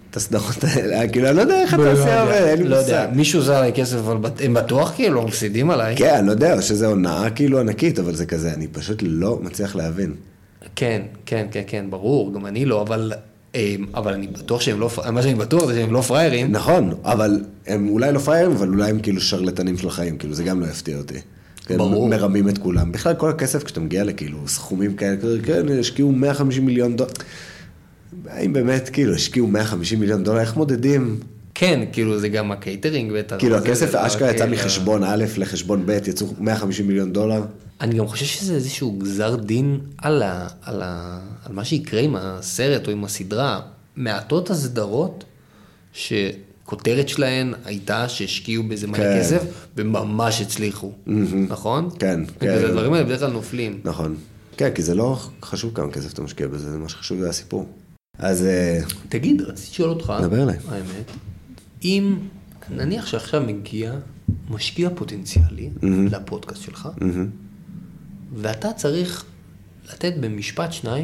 את הסדרות האלה, כאילו, אני לא יודע איך אתה עושה, אבל אין לי לא יודע, מושג. מישהו עושה עליי כסף, אבל הם בטוח כאילו לא מפסידים עליי. כן, אני לא יודע, שזה הונאה כאילו ענקית, אבל זה כזה, אני פשוט לא מצליח להבין. כן, כן, כן, כן, ברור, גם אני לא, אבל אני בטוח שהם לא, מה שאני בטוח זה שהם לא פריירים. נכון, אבל הם אולי לא פריירים, אבל אולי הם כאילו שרלטנים של החיים, כאילו זה גם לא יפתיע אותי. ברור. הם מרמים את כולם. בכלל כל הכסף כשאתה מגיע לכאילו סכומים כאלה, כן, השקיעו 150 מיליון דולר. האם באמת כאילו השקיעו 150 מיליון דולר, איך מודדים? כן, כאילו זה גם הקייטרינג. כאילו הכסף האשכרה יצא מחשבון א' לחשבון ב', יצאו 150 מיליון דולר. אני גם חושב שזה איזשהו גזר דין על מה שיקרה עם הסרט או עם הסדרה. מעטות הסדרות שכותרת שלהן הייתה שהשקיעו בזה מלא כסף וממש הצליחו, נכון? כן. והדברים האלה בדרך כלל נופלים. נכון. כן, כי זה לא חשוב כמה כסף אתה משקיע בזה, זה מה שחשוב זה הסיפור. אז... תגיד, רציתי לשאול אותך, דבר אליי. האמת, אם נניח שעכשיו מגיע משקיע פוטנציאלי לפודקאסט שלך, ואתה צריך לתת במשפט שניים,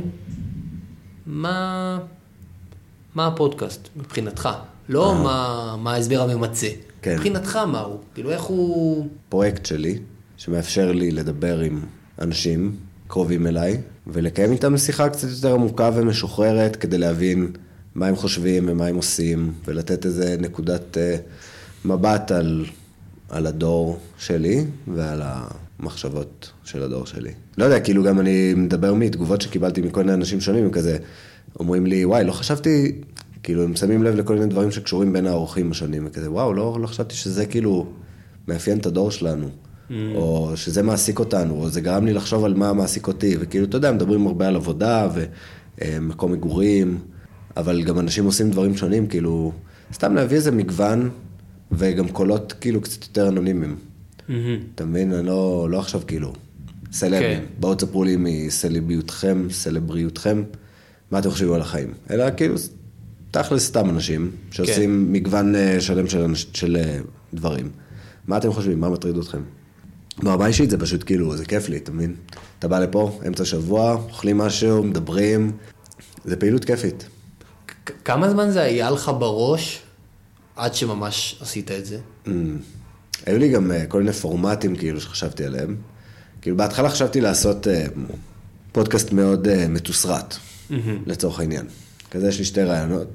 מה הפודקאסט מבחינתך? לא מה ההסבר הממצא. מבחינתך מה הוא? כאילו איך הוא... פרויקט שלי, שמאפשר לי לדבר עם אנשים קרובים אליי, ולקיים איתם שיחה קצת יותר עמוקה ומשוחררת, כדי להבין מה הם חושבים ומה הם עושים, ולתת איזה נקודת מבט על הדור שלי, ועל המחשבות של הדור שלי. לא יודע, כאילו גם אני מדבר מתגובות שקיבלתי מכל מיני אנשים שונים, וכזה אומרים לי, וואי, לא חשבתי, כאילו הם שמים לב לכל מיני דברים שקשורים בין האורחים השונים, וכזה, וואו, לא חשבתי שזה כאילו מאפיין את הדור שלנו. או שזה מעסיק אותנו, או זה גרם לי לחשוב על מה מעסיק אותי, וכאילו, אתה יודע, מדברים הרבה על עבודה, ומקום מגורים, אבל גם אנשים עושים דברים שונים, כאילו, סתם להביא איזה מגוון, וגם קולות כאילו קצת יותר אנונימיים. אתה מבין? אני לא עכשיו כאילו, סלבים, בואו תספרו לי מסלביותכם, סלבריותכם, מה אתם חושבים על החיים? אלא כאילו, תכלס סתם אנשים, שעושים מגוון שלם של דברים. מה אתם חושבים? מה מטריד אתכם? ברמה אישית זה פשוט כאילו, זה כיף לי, אתה מבין? אתה בא לפה, אמצע שבוע, אוכלים משהו, מדברים, זה פעילות כיפית. כמה זמן זה היה לך בראש עד שממש עשית את זה? היו לי גם כל מיני פורמטים כאילו שחשבתי עליהם. כאילו בהתחלה חשבתי לעשות פודקאסט מאוד מתוסרט, לצורך העניין. כזה יש לי שני רעיונות.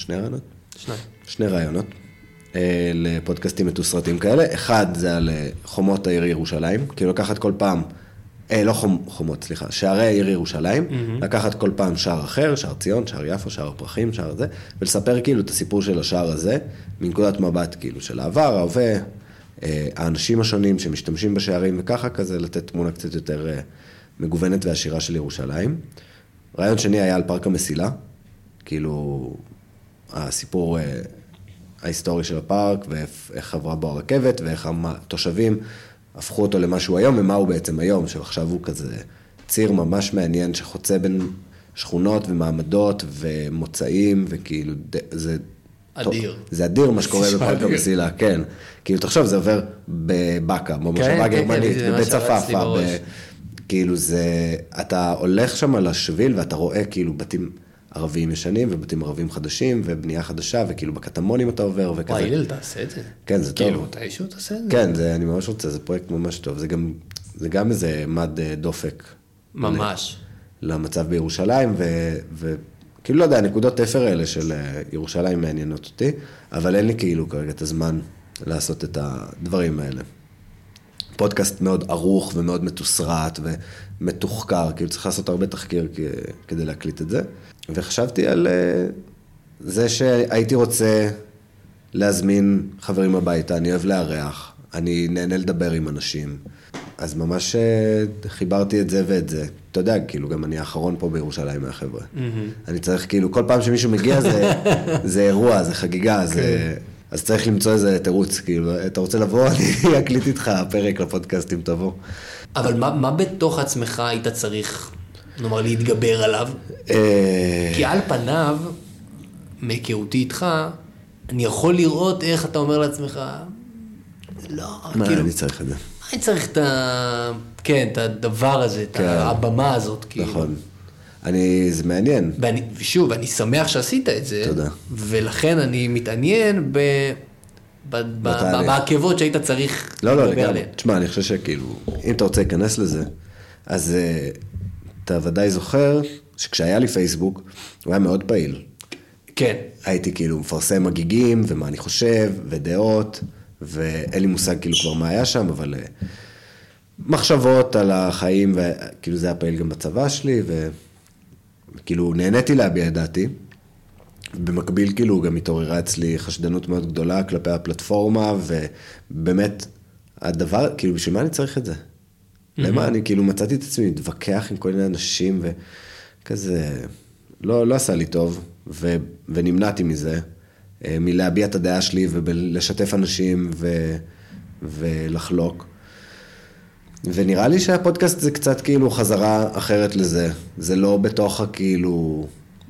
שני רעיונות. לפודקאסטים מתוסרטים כאלה. אחד זה על חומות העיר ירושלים, כאילו לקחת כל פעם, לא חומות, סליחה, שערי העיר ירושלים, לקחת כל פעם שער אחר, שער ציון, שער יפו, שער הפרחים, שער זה, ולספר כאילו את הסיפור של השער הזה, מנקודת מבט כאילו של העבר, ההווה, האנשים השונים שמשתמשים בשערים וככה כזה, לתת תמונה קצת יותר מגוונת ועשירה של ירושלים. רעיון שני היה על פארק המסילה, כאילו הסיפור ההיסטורי של הפארק, ואיך עברה בו הרכבת, ואיך התושבים הפכו אותו למשהו היום, ומה הוא בעצם היום, שעכשיו הוא כזה ציר ממש מעניין, שחוצה בין שכונות ומעמדות ומוצאים, וכאילו זה... אדיר. זה אדיר מה שקורה בפארק המסילה, כן. כאילו תחשוב, זה עובר בבאקה, במושבה גרמנית, בבית צפאפא, כאילו זה... אתה הולך שם על השביל, ואתה רואה כאילו בתים... ערבים ישנים ובתים ערבים חדשים ובנייה חדשה, וכאילו בקטמונים אתה עובר וכזה. וואי, הלל, תעשה את זה. כן, זה טוב. כאילו, מתישהו תעשה את זה. כן, אני ממש רוצה, זה פרויקט ממש טוב. זה גם איזה מד דופק. ממש. למצב בירושלים, וכאילו לא יודע, הנקודות תפר האלה של ירושלים מעניינות אותי, אבל אין לי כאילו כרגע את הזמן לעשות את הדברים האלה. פודקאסט מאוד ערוך ומאוד מתוסרט ומתוחקר, כאילו צריך לעשות הרבה תחקיר כדי להקליט את זה. וחשבתי על זה שהייתי רוצה להזמין חברים הביתה, אני אוהב לארח, אני נהנה לדבר עם אנשים. אז ממש חיברתי את זה ואת זה. אתה יודע, כאילו גם אני האחרון פה בירושלים מהחבר'ה. אני צריך כאילו, כל פעם שמישהו מגיע זה אירוע, זה חגיגה, אז צריך למצוא איזה תירוץ, כאילו, אתה רוצה לבוא, אני אקליט איתך פרק לפודקאסט אם תבוא. אבל מה בתוך עצמך היית צריך, נאמר, להתגבר עליו? כי על פניו, מהיכרותי איתך, אני יכול לראות איך אתה אומר לעצמך, לא, מה כאילו... אני צריך את זה? אני צריך את הדבר הזה, את הבמה הזאת, כאילו. נכון. זה מעניין. ושוב, אני שמח שעשית את זה. תודה. ולכן אני מתעניין בעקבות שהיית צריך לדבר עליהן. תשמע, אני חושב שכאילו, אם אתה רוצה להיכנס לזה, אז אתה ודאי זוכר שכשהיה לי פייסבוק, הוא היה מאוד פעיל. כן. הייתי כאילו מפרסם מגיגים, ומה אני חושב, ודעות, ואין לי מושג כאילו כבר מה היה שם, אבל מחשבות על החיים, וכאילו זה היה פעיל גם בצבא שלי, וכאילו נהניתי להביע את דעתי. במקביל כאילו גם התעוררה אצלי חשדנות מאוד גדולה כלפי הפלטפורמה, ובאמת הדבר, כאילו בשביל מה אני צריך את זה? למה אני כאילו מצאתי את עצמי להתווכח עם כל מיני אנשים, וכזה לא עשה לי טוב, ונמנעתי מזה, מלהביע את הדעה שלי ולשתף אנשים ולחלוק. ונראה לי שהפודקאסט זה קצת כאילו חזרה אחרת לזה. זה לא בתוך כאילו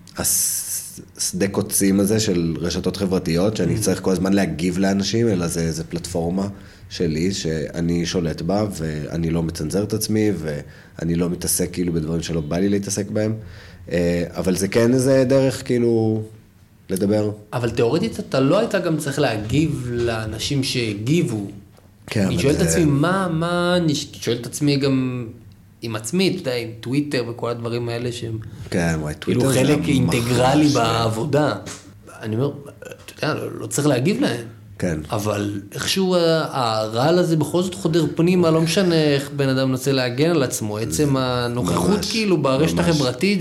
השדה קוצים הזה של רשתות חברתיות, שאני צריך כל הזמן להגיב לאנשים, אלא זה פלטפורמה שלי שאני שולט בה, ואני לא מצנזר את עצמי, ואני לא מתעסק כאילו בדברים שלא בא לי להתעסק בהם. אבל זה כן איזה דרך כאילו לדבר. אבל תיאורטית אתה לא היית גם צריך להגיב לאנשים שהגיבו. כן, אני שואל את עצמי, אני שואל את עצמי גם עם עצמי, אתה יודע, עם טוויטר וכל הדברים האלה שהם כן, וואי, טוויטר כאילו חלק אינטגרלי בעבודה. אני אומר, אתה יודע, לא צריך להגיב להם. כן. אבל איכשהו הרעל הזה בכל זאת חודר פנימה, לא משנה איך בן אדם נוצא להגן על עצמו, עצם הנוכחות כאילו ברשת החברתית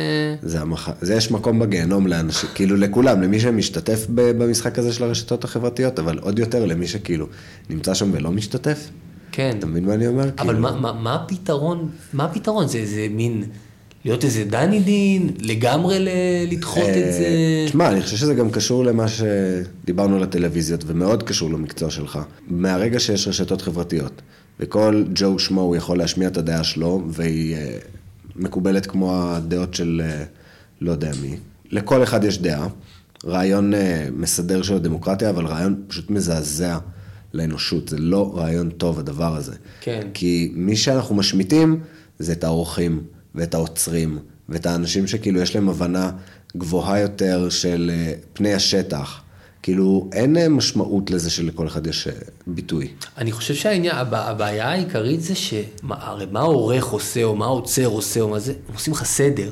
זה יש מקום בגיהנום לאנשים, כאילו לכולם, למי שמשתתף במשחק הזה של הרשתות החברתיות, אבל עוד יותר למי שכאילו נמצא שם ולא משתתף. כן. אתה מבין מה אני אומר? אבל מה הפתרון? מה הפתרון? זה מין להיות איזה דני דין, לגמרי לדחות את זה. תשמע, אני חושב שזה גם קשור למה שדיברנו על הטלוויזיות, ומאוד קשור למקצוע שלך. מהרגע שיש רשתות חברתיות, וכל ג'ו שמו הוא יכול להשמיע את הדעה שלו, והיא מקובלת כמו הדעות של לא יודע מי. לכל אחד יש דעה, רעיון מסדר של הדמוקרטיה, אבל רעיון פשוט מזעזע לאנושות. זה לא רעיון טוב הדבר הזה. כן. כי מי שאנחנו משמיטים זה את האורחים, ואת העוצרים, ואת האנשים שכאילו יש להם הבנה גבוהה יותר של פני השטח. כאילו אין משמעות לזה שלכל אחד יש ביטוי. אני חושב הבעיה העיקרית זה הרי מה העורך עושה, או מה העוצר עושה, או מה זה, הם עושים לך סדר.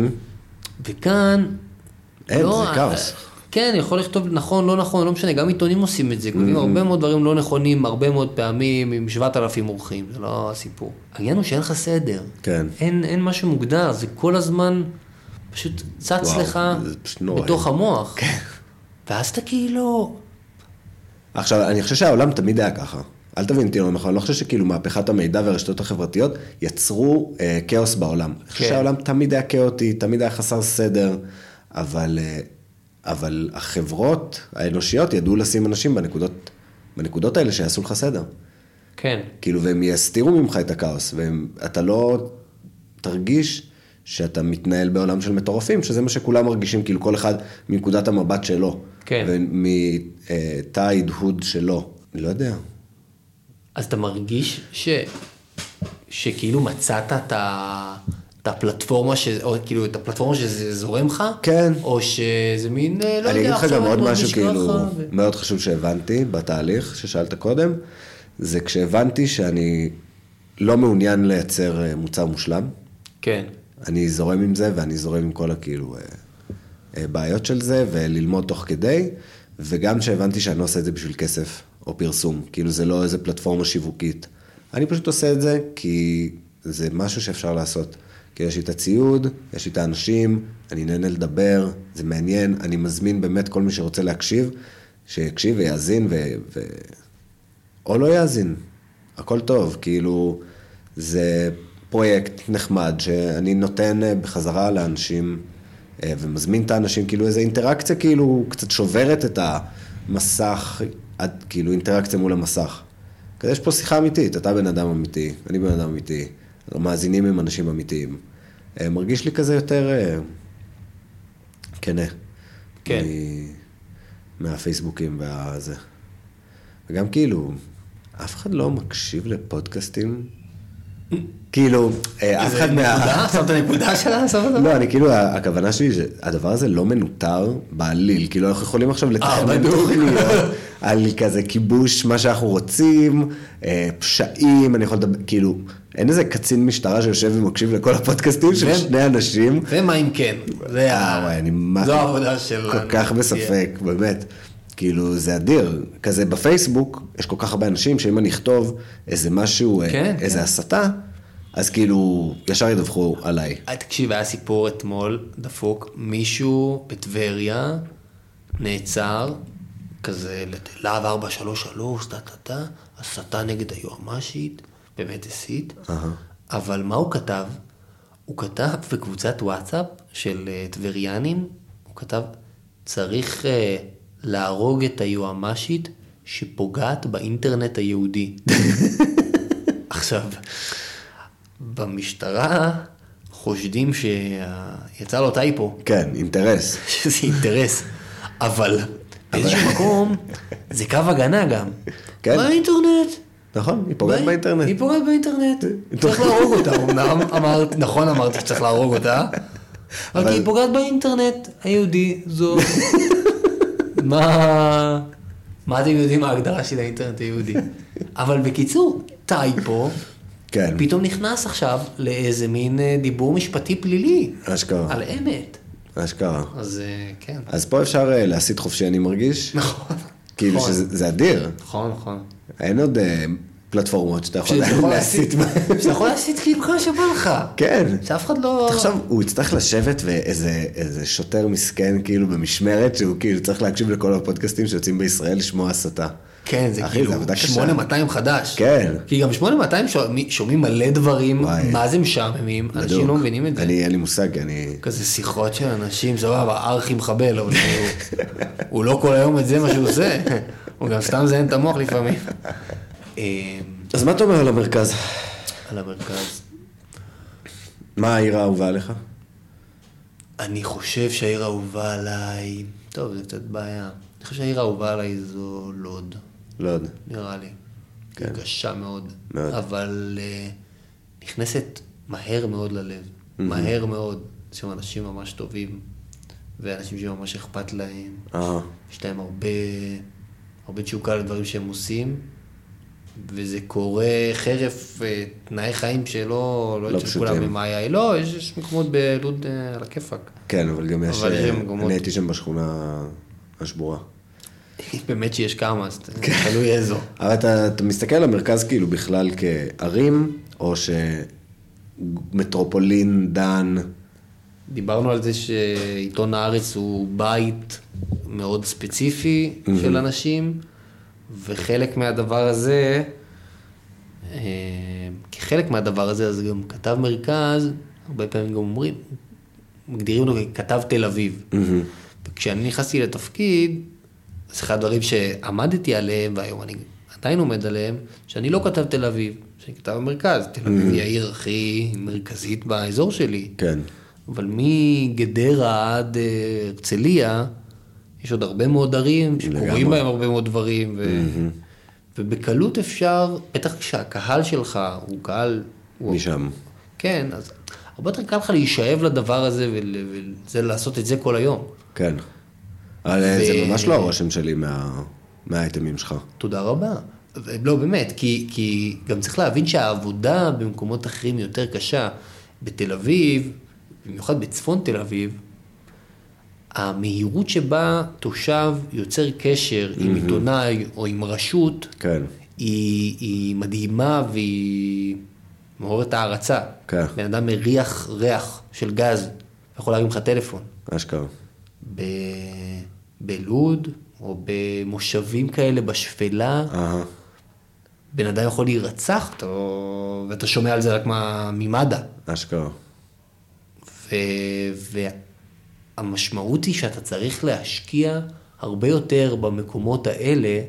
וכאן אין, זה כאוס. כן, יכול לכתוב נכון, לא נכון, לא משנה, גם עיתונים עושים את זה, כותבים הרבה מאוד דברים לא נכונים, הרבה מאוד פעמים, עם 7,000 אורחים, זה לא הסיפור. העניין הוא שאין לך סדר. כן. אין משהו מוגדר, זה כל הזמן פשוט צץ לך בתוך המוח. כן. ואז אתה כאילו... עכשיו, אני חושב שהעולם תמיד היה ככה. אל תבין אותי, אני לא חושב שכאילו מהפכת המידע והרשתות החברתיות יצרו כאוס בעולם. אני חושב שהעולם תמיד היה כאוטי, תמיד היה חסר סדר, אבל החברות האנושיות ידעו לשים אנשים בנקודות האלה שיעשו לך סדר. כן. כאילו, והם יסתירו ממך את הכאוס, ואתה לא תרגיש שאתה מתנהל בעולם של מטורפים, שזה מה שכולם מרגישים, כאילו כל אחד מנקודת המבט שלו. כן. ומתא ההדהוד שלו. אני לא יודע. אז אתה מרגיש שכאילו מצאת את הפלטפורמה, או כאילו את הפלטפורמה שזה זורם לך? כן. או שזה מין, לא יודע, אני אגיד לך גם עוד משהו כאילו, ככה, מאוד חשוב שהבנתי בתהליך ששאלת קודם, זה כשהבנתי שאני לא מעוניין לייצר מוצר מושלם. כן. אני זורם עם זה, ואני זורם עם כל הכאילו בעיות של זה, וללמוד תוך כדי, וגם שהבנתי שאני לא עושה את זה בשביל כסף או פרסום, כאילו זה לא איזה פלטפורמה שיווקית. אני פשוט עושה את זה כי זה משהו שאפשר לעשות. כי יש לי את הציוד, יש לי את האנשים, אני נהנה לדבר, זה מעניין, אני מזמין באמת כל מי שרוצה להקשיב, שיקשיב ויאזין או לא יאזין. הכל טוב, כאילו זה פרויקט נחמד שאני נותן בחזרה לאנשים ומזמין את האנשים, כאילו איזו אינטראקציה כאילו קצת שוברת את המסך, כאילו אינטראקציה מול המסך. כדי יש פה שיחה אמיתית, אתה בן אדם אמיתי, אני בן אדם אמיתי, מאזינים עם אנשים אמיתיים. מרגיש לי כזה יותר כנה. כן. מהפייסבוקים והזה. וגם כאילו, אף אחד לא מקשיב לפודקאסטים כאילו, אף אחד נקודה? שמת נקודה שלה? לא, אני כאילו, הכוונה שלי, שהדבר הזה לא מנותר בעליל, כאילו אנחנו יכולים עכשיו לתכנן תוכניות על כזה כיבוש, מה שאנחנו רוצים, פשעים, אני יכול לדבר, כאילו, אין איזה קצין משטרה שיושב ומקשיב לכל הפודקאסטים של שני אנשים. ומה אם כן? זו העבודה שלנו. כל כך בספק, באמת. כאילו, זה אדיר. כזה בפייסבוק, יש כל כך הרבה אנשים שאם אני אכתוב איזה משהו, איזה הסתה, אז כאילו, ישר ידווחו עליי. תקשיב, היה סיפור אתמול, דפוק, מישהו בטבריה נעצר, כזה להב 433, הסתה נגד היועמ"שית, באמת הסית, אבל מה הוא כתב? הוא כתב בקבוצת וואטסאפ של טבריאנים, הוא כתב, צריך להרוג את היועמ"שית שפוגעת באינטרנט היהודי. עכשיו, במשטרה חושדים שיצא לו טייפו. כן, אינטרס. שזה אינטרס. אבל באיזשהו מקום זה קו הגנה גם. כן. באינטרנט. נכון, היא פוגעת באינטרנט. היא פוגעת באינטרנט. צריך להרוג אותה. נכון אמרתי שצריך להרוג אותה. אבל היא פוגעת באינטרנט היהודי. זו... מה אתם יודעים ההגדרה של האינטרנט היהודי? אבל בקיצור, טייפו, כן. פתאום נכנס עכשיו לאיזה מין דיבור משפטי פלילי. אשכרה. על אמת. אשכרה. אז כן. אז פה אפשר להסיט חופשי, אני מרגיש. נכון. כאילו שזה אדיר. נכון, נכון. אין עוד פלטפורמות שאתה יכול להסיט. שאתה יכול להסיט כאילו כמה שבא לך. כן. שאף אחד לא... עכשיו, הוא יצטרך לשבת ואיזה שוטר מסכן כאילו במשמרת, שהוא כאילו צריך להקשיב לכל הפודקאסטים שיוצאים בישראל לשמוע הסתה. כן, זה כאילו 8200 חדש. כן. כי גם 8200 שומעים מלא דברים, מה זה משעממים, אנשים לא מבינים את זה. אין לי מושג, אני... כזה שיחות של אנשים, זה ארכי מחבל, אבל הוא לא כל היום את זה מה שהוא עושה, הוא גם סתם זיין את המוח לפעמים. אז מה אתה אומר על המרכז? על המרכז. מה העיר האהובה עליך? אני חושב שהעיר האהובה עליי, טוב, זה קצת בעיה. אני חושב שהעיר האהובה עליי זו לוד. לוד. נראה לי. כן. היא קשה מאוד. מאוד. אבל נכנסת מהר מאוד ללב. מהר מאוד. יש שם אנשים ממש טובים, ואנשים שממש אכפת להם. יש להם הרבה תשוקה לדברים שהם עושים, וזה קורה חרף תנאי חיים שלא יצאו כולם במאיה. לא, יש מקומות בלוד על הכיפק. כן, אבל גם יש... אני הייתי שם בשכונה השבורה. באמת שיש כמה, אז תלוי איזו. אבל אתה מסתכל על המרכז כאילו בכלל כערים, או שמטרופולין, דן? דיברנו על זה שעיתון הארץ הוא בית מאוד ספציפי של אנשים, וחלק מהדבר הזה, כחלק מהדבר הזה, אז גם כתב מרכז, הרבה פעמים גם אומרים, מגדירים לו ככתב תל אביב. וכשאני נכנסתי לתפקיד, אז אחד הדברים שעמדתי עליהם, והיום אני עדיין עומד עליהם, שאני לא כתב תל אביב, שאני כתב המרכז. תל אביב היא העיר הכי מרכזית באזור שלי. כן. אבל מגדרה עד הרצליה, יש עוד הרבה מאוד ערים שקוראים בהם הרבה מאוד דברים, ובקלות אפשר, בטח כשהקהל שלך הוא קהל... משם. כן, אז הרבה יותר קל לך להישאב לדבר הזה, ולעשות את זה כל היום. כן. אבל זה ממש לא הרושם שלי מהאייטמים שלך. תודה רבה. לא, באמת, כי גם צריך להבין שהעבודה במקומות אחרים יותר קשה. בתל אביב, במיוחד בצפון תל אביב, המהירות שבה תושב יוצר קשר עם עיתונאי או עם רשות, כן. היא מדהימה והיא מעוררת הערצה. כן. בן אדם מריח ריח של גז, יכול להרים לך טלפון. אשכרה. בלוד, או במושבים כאלה בשפלה, בן אדם יכול להירצח, ואתה שומע על זה רק ממד"א. אשכרה. והמשמעות היא שאתה צריך להשקיע הרבה יותר במקומות האלה,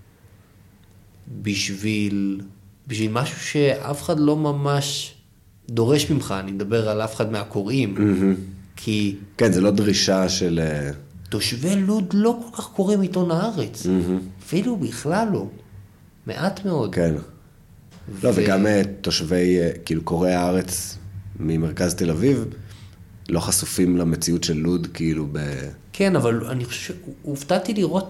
בשביל משהו שאף אחד לא ממש דורש ממך, אני מדבר על אף אחד מהקוראים, כי... כן, זה לא דרישה של... תושבי לוד לא כל כך קוראים עיתון הארץ, אפילו בכלל לא, מעט מאוד. כן. לא, וגם תושבי, כאילו קוראי הארץ ממרכז תל אביב, לא חשופים למציאות של לוד, כאילו כן, אבל אני חושב, הופתעתי לראות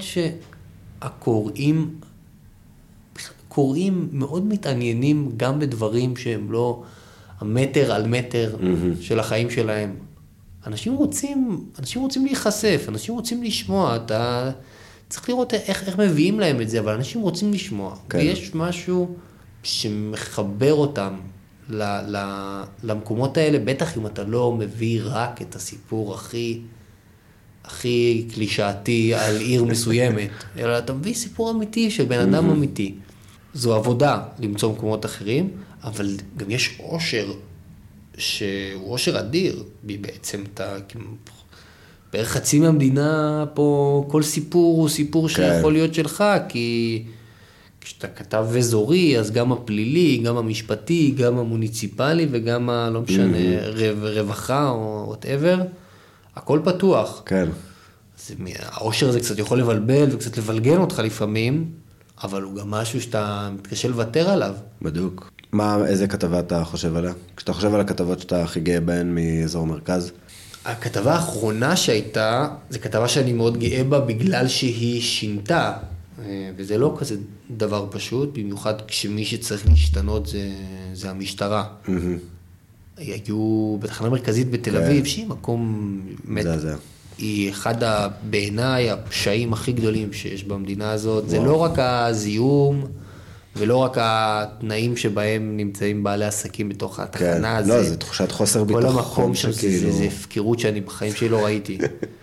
קוראים מאוד מתעניינים גם בדברים שהם לא המטר על מטר של החיים שלהם. אנשים רוצים להיחשף, אנשים רוצים לשמוע, אתה צריך לראות איך מביאים להם את זה, אבל אנשים רוצים לשמוע. כן. ויש משהו שמחבר אותם למקומות האלה, בטח אם אתה לא מביא רק את הסיפור הכי קלישאתי על עיר מסוימת, אלא אתה מביא סיפור אמיתי של בן אדם אמיתי. זו עבודה למצוא מקומות אחרים, אבל גם יש עושר, שהוא עושר אדיר, בעצם אתה, בערך חצי מהמדינה פה, כל סיפור הוא סיפור שיכול להיות שלך, כי כשאתה כתב אזורי, אז גם הפלילי, גם המשפטי, גם המוניציפלי, וגם לא משנה, רווחה או whatever, הכל פתוח. כן. העושר הזה קצת יכול לבלבל וקצת לבלגן אותך לפעמים, אבל הוא גם משהו שאתה מתקשה לוותר עליו. בדיוק. איזה כתבה אתה חושב עליה? כשאתה חושב על הכתבות שאתה הכי גאה בהן מאזור מרכז? הכתבה האחרונה שהייתה, זו כתבה שאני מאוד גאה בה בגלל שהיא שינתה, וזה לא כזה דבר פשוט, במיוחד כשמי שצריך להשתנות זה המשטרה. היו בתחנה מרכזית בתל אביב, שהיא מקום היא אחד בעיניי הפשעים הכי גדולים שיש במדינה הזאת. זה לא רק הזיהום, ולא רק התנאים שבהם נמצאים בעלי עסקים בתוך התחנה. לא, זה תחושת חוסר ביטחון. כל המקום שם זה הפקרות שאני בחיים שלי לא ראיתי.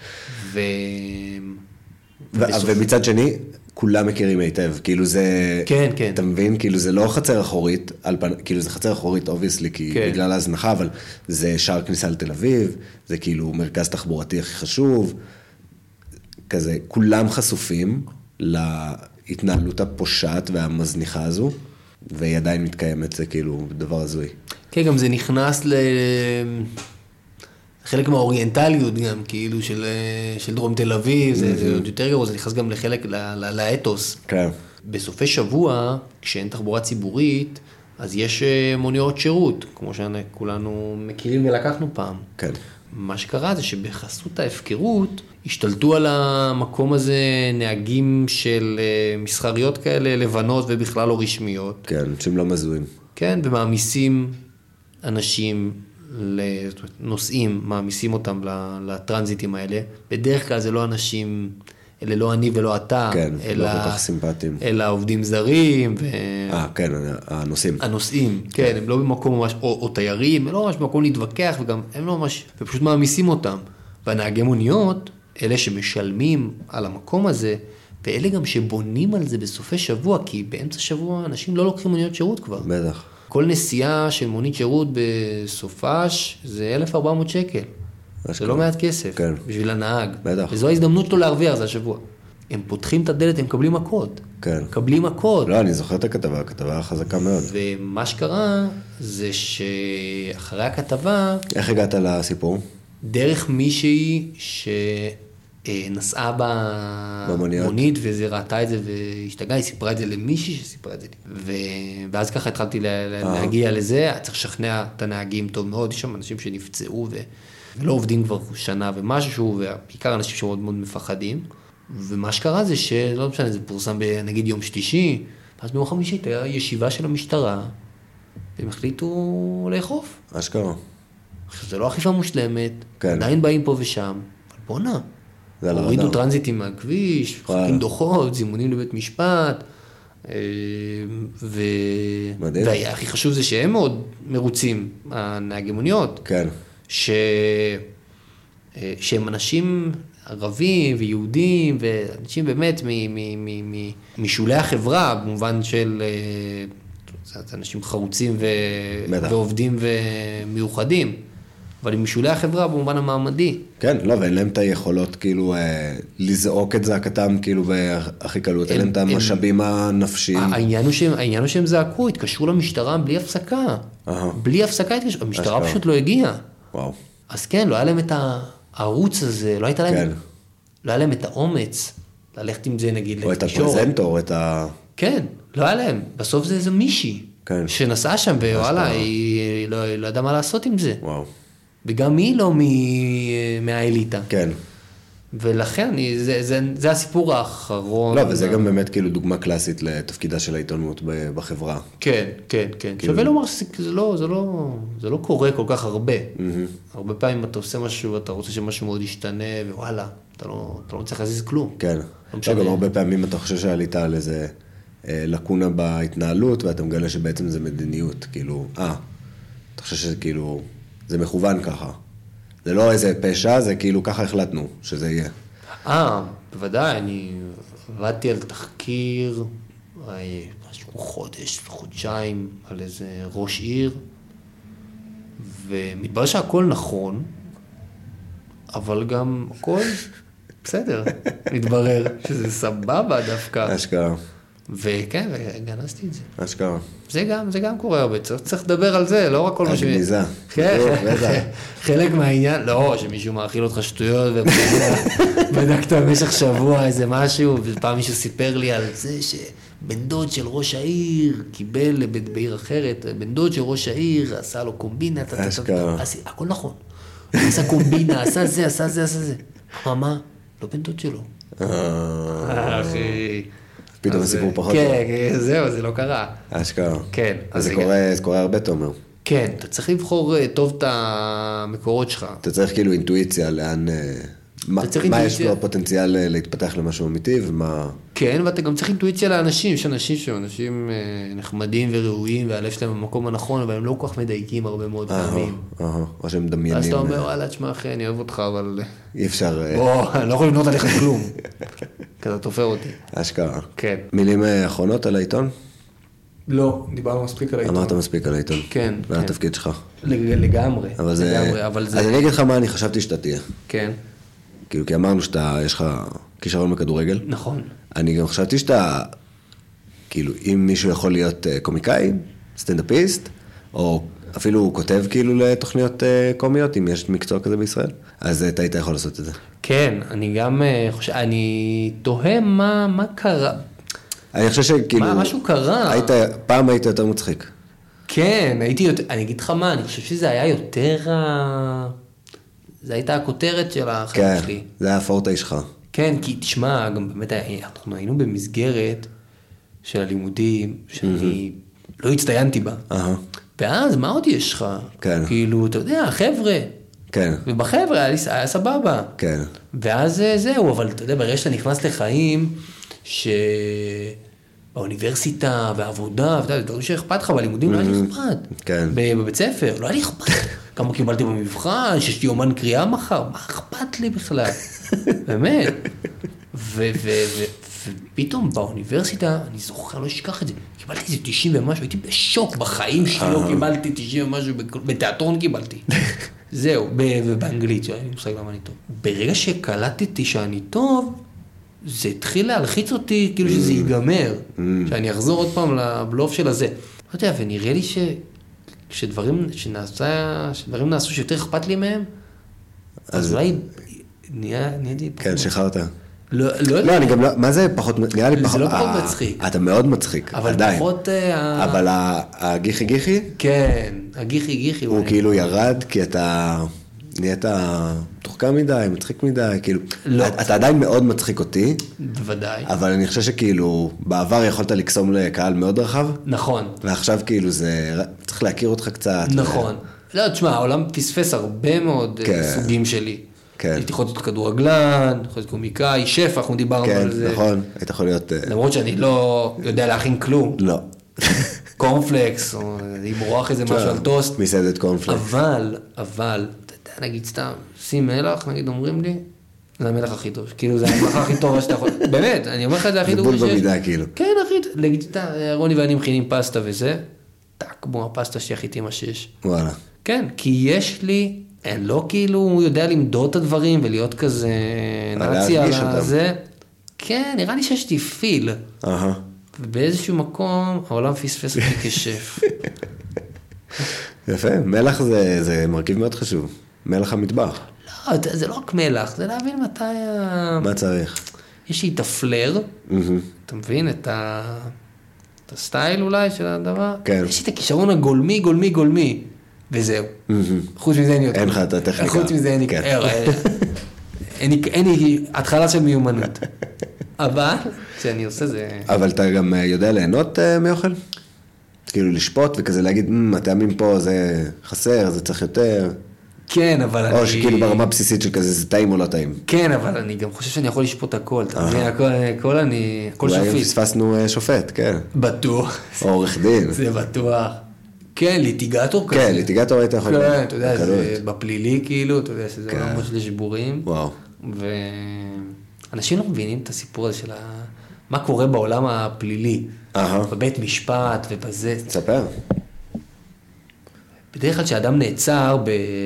ומצד שני, כולם מכירים היטב, כאילו זה, כן, כן. אתה מבין? כאילו זה לא חצר אחורית, כאילו זה חצר אחורית, obviously, כי בגלל ההזנחה, אבל זה שער כניסה לתל אביב, זה כאילו מרכז תחבורתי הכי חשוב, כזה, כולם חשופים להתנהלות הפושעת והמזניחה הזו, והיא עדיין מתקיימת, זה כאילו דבר הזוי. כן, גם זה נכנס חלק מהאוריינטליות גם, כאילו, של דרום תל אביב, זה עוד יותר גרוע, זה נכנס גם לחלק, לאתוס. כן. בסופי שבוע, כשאין תחבורה ציבורית, אז יש מוניות שירות, כמו שכולנו מכירים ולקחנו פעם. כן. מה שקרה זה שבחסות ההפקרות, השתלטו על המקום הזה נהגים של מסחריות כאלה, לבנות ובכלל לא רשמיות. כן, שהם לא מזוהים. כן, ומעמיסים אנשים, נוסעים, מעמיסים אותם לטרנזיטים האלה. בדרך כלל זה לא אנשים, אלה לא אני ולא אתה, כן, לא כל כך סימפטיים. אלא עובדים זרים. כן, הנוסעים. הנוסעים, כן, הם לא במקום ממש, או תיירים, הם לא ממש במקום להתווכח, וגם הם לא ממש, ופשוט מעמיסים אותם. והנהגי מוניות, אלה שמשלמים על המקום הזה, ואלה גם שבונים על זה בסופי שבוע, כי באמצע שבוע אנשים לא לוקחים מוניות שירות כבר. בטח. כל נסיעה של מונית שירות בסופש זה 1,400 שקל. זה לא מעט כסף בשביל הנהג. בטח. וזו ההזדמנות שלו להרוויח, זה השבוע. הם פותחים את הדלת, הם מקבלים מכות. כן. מקבלים מכות. לא, אני זוכר את הכתבה, הכתבה חזקה מאוד. ומה שקרה זה שאחרי הכתבה... איך הגעת לסיפור? דרך מישהי שנסעה במונית, וזה ראתה את זה והשתגעה, היא סיפרה את זה למישהי שסיפרה את זה לי. ואז ככה התחלתי להגיע לזה, צריך לשכנע את הנהגים טוב מאוד, יש שם אנשים שנפצעו ולא עובדים כבר שנה ומשהו, ובעיקר אנשים שמאוד מאוד מפחדים. ומה שקרה זה שלא משנה, זה פורסם נגיד יום שלישי, אז ביום חמישי הייתה ישיבה של המשטרה, והם החליטו לאכוף. אשכרה. זה לא אכיפה מושלמת, כן. עדיין באים פה ושם, אבל בוא נע. הורידו טרנזיטים מהכביש, חוקים דוחות, זימונים לבית משפט, והכי חשוב זה שהם מאוד מרוצים, הנהגי מוניות. כן. שהם אנשים ערבים ויהודים, ואנשים באמת משולי החברה, במובן של אנשים חרוצים ועובדים ומיוחדים, אבל הם משולי החברה במובן המעמדי. כן, לא, ואין להם את היכולות כאילו לזעוק את זעקתם כאילו בהכי קלות, אין להם את המשאבים הנפשיים. העניין הוא שהם זעקו, התקשרו למשטרה בלי הפסקה. בלי הפסקה התקשרו, המשטרה פשוט לא הגיעה. וואו. אז כן, לא היה להם את הערוץ הזה, לא היה להם את האומץ ללכת עם זה נגיד או את הפרזנטור, את ה... כן, לא היה להם. בסוף זה איזה מישהי כן. שנסעה שם, ווואלה, היא לא ידעה מה לעשות עם זה. וואו. וגם היא לא מהאליטה. כן. ולכן, זה הסיפור האחרון. לא, וזה גם באמת כאילו דוגמה קלאסית לתפקידה של העיתונות בחברה. כן, כן, כן. שווה לומר שזה לא קורה כל כך הרבה. הרבה פעמים אתה עושה משהו, אתה רוצה שמשהו מאוד ישתנה, ווואלה, אתה לא צריך להזיז כלום. כן. גם הרבה פעמים אתה חושב שעלית על איזה לקונה בהתנהלות, ואתה מגלה שבעצם זה מדיניות. כאילו, אתה חושב שזה כאילו, זה מכוון ככה. זה לא איזה פשע, זה כאילו ככה החלטנו שזה יהיה. בוודאי, אני עבדתי על תחקיר, משהו חודשיים, על איזה ראש עיר, ומתברר שהכל נכון, אבל גם הכל בסדר, מתברר שזה סבבה דווקא. אשכרה. וכן, גנזתי את זה. אשכרה. זה גם קורה הרבה, צריך לדבר על זה, לא רק כל מה ש... הגניזה. חלק מהעניין, לא, שמישהו מאכיל אותך שטויות, ובדקת במשך שבוע איזה משהו, ופעם מישהו סיפר לי על זה שבן דוד של ראש העיר קיבל בעיר אחרת, בן דוד של ראש העיר עשה לו קומבינה, הכל נכון. עשה קומבינה, עשה זה. מה? לא בן דוד שלו. אחי... פתאום הסיפור פחות. כן, זהו, זה לא קרה. אשכרה. כן. זה קורה הרבה, תומר. כן, אתה צריך לבחור טוב את המקורות שלך. אתה צריך כאילו אינטואיציה לאן, מה יש לו פוטנציאל להתפתח למשהו אמיתי ומה... כן, ואתה גם צריך אינטואיציה לאנשים, יש אנשים שהם אנשים נחמדים וראויים, והלב שלהם במקום הנכון, אבל הם לא כל כך מדייקים הרבה מאוד פעמים. או שהם מדמיינים. אז אתה אומר, וואלה, תשמע אחי, אני אוהב אותך, אבל... אי אפשר... בוא, אני לא יכול לבנות עליך כלום. כזה תופר אותי. אשכרה. כן. מילים אחרונות על העיתון? לא, דיברנו מספיק על העיתון. אמרת מספיק על העיתון. כן. ועל התפקיד שלך. לגמרי. אבל זה... אז אני אגיד לך מה אני חשבתי שאתה תהיה. כן. כאילו, כי אמרנו יש לך כישרון בכדורגל. נכון. אני גם חשבתי שאתה, כאילו, אם מישהו יכול להיות קומיקאי, סטנדאפיסט, או אפילו הוא כותב כאילו לתוכניות קומיות, אם יש מקצוע כזה בישראל, אז אתה היית יכול לעשות את זה. כן, אני גם חושב, אני תוהה מה קרה. אני חושב שכאילו... משהו קרה. פעם היית יותר מצחיק. כן, אני אגיד לך מה, אני חושב שזה היה יותר... זה הייתה הכותרת של החיים שלי. כן, זה היה הפורטה שלך. כן, כי תשמע, גם באמת אנחנו היינו במסגרת של הלימודים, שאני לא הצטיינתי בה. ואז מה עוד יש לך? כן. כאילו, אתה יודע, חבר'ה. כן. ובחבר'ה היה סבבה. כן. ואז זהו, אבל אתה יודע, ברגע שאתה נכנס לחיים, באוניברסיטה, בעבודה, ואתה יודע, דברים שאכפת לך, בלימודים לא היה לי אכפת. כן. בבית ספר, לא היה לי אכפת. כמה קיבלתי במבחן, שיש לי יומן קריאה מחר, מה אכפת לי בכלל? באמת. ופתאום באוניברסיטה, אני זוכר, לא אשכח את זה, קיבלתי איזה 90 ומשהו, הייתי בשוק בחיים שלי, לא קיבלתי 90 ומשהו, בתיאטרון קיבלתי. זהו, ובאנגלית, אין לי מושג למה אני טוב. ברגע שקלטתי שאני טוב, זה התחיל להלחיץ אותי, כאילו שזה ייגמר, שאני אחזור עוד פעם לבלוף של הזה. לא יודע, ונראה לי כשדברים נעשו שיותר אכפת לי מהם, אז אולי נהייתי... כן, שחררת. לא, אני גם לא, מה זה פחות, נראה לי פחות... זה לא פחות מצחיק. אתה מאוד מצחיק, עדיין. אבל פחות... אבל הגיחי גיחי? כן, הגיחי גיחי. הוא כאילו ירד כי אתה נהיית מתוחכם מדי, מצחיק מדי, כאילו... אתה עדיין מאוד מצחיק אותי. בוודאי. אבל אני חושב שכאילו, בעבר יכולת לקסום לקהל מאוד רחב. נכון. ועכשיו כאילו זה... צריך להכיר אותך קצת. נכון. לא, תשמע, העולם פספס הרבה מאוד סוגים שלי. כן. הייתי יכול להיות כדורגלן, יכול להיות קומיקאי, שף, אנחנו דיברנו על זה. כן, נכון, היית יכול להיות... למרות שאני לא יודע להכין כלום. לא. קורנפלקס, או למרוח איזה משהו על טוסט. מסעדת קורנפלקס. אבל, אתה יודע, נגיד סתם, שים מלח, נגיד אומרים לי, זה המלח הכי טוב. כאילו, זה המלח הכי טוב שאתה יכול... באמת, אני אומר לך את זה הכי טוב. זה בול במידה, כאילו. כן, אחי, נגיד, רוני ואני מכינים פסטה וזה, כמו הפסטה שהכי טעימה שיש. וואלה. כן, כי יש לי... אני לא כאילו יודע למדוד את הדברים ולהיות כזה נאצי על זה. כן, נראה לי שיש לי פיל. ובאיזשהו מקום העולם פספס אותי כשף. יפה, מלח זה מרכיב מאוד חשוב. מלח המטבח. לא, זה לא רק מלח, זה להבין מתי... מה צריך? יש לי את הפלר, אתה מבין? את הסטייל אולי של הדבר. כן. יש לי את הכישרון הגולמי, גולמי, גולמי, וזהו. חוץ מזה אין לי יותר. אין לך את הטכניקה. חוץ מזה אין לי התחלה של מיומנות. אבל, כשאני עושה זה... אבל אתה גם יודע ליהנות מאוכל? כאילו לשפוט וכזה להגיד, הטעמים פה זה חסר, זה צריך יותר. כן, אבל אני... או שכאילו ברמה בסיסית של כזה, זה טעים או לא טעים. כן, אבל אני גם חושב שאני יכול לשפוט הכל. אתה מבין, הכל שפיט. אולי פספסנו שופט, כן. בטוח. או עורך דין. זה בטוח. כן, ליטיגטור כזה. כן, ליטיגטור היית יכול... כן, אתה יודע, זה בפלילי כאילו, אתה יודע שזה ממש לשבורים. וואו. ואנשים לא מבינים את הסיפור הזה של מה קורה בעולם הפלילי. בבית משפט ובזה. תספר. בדרך כלל כשאדם נעצר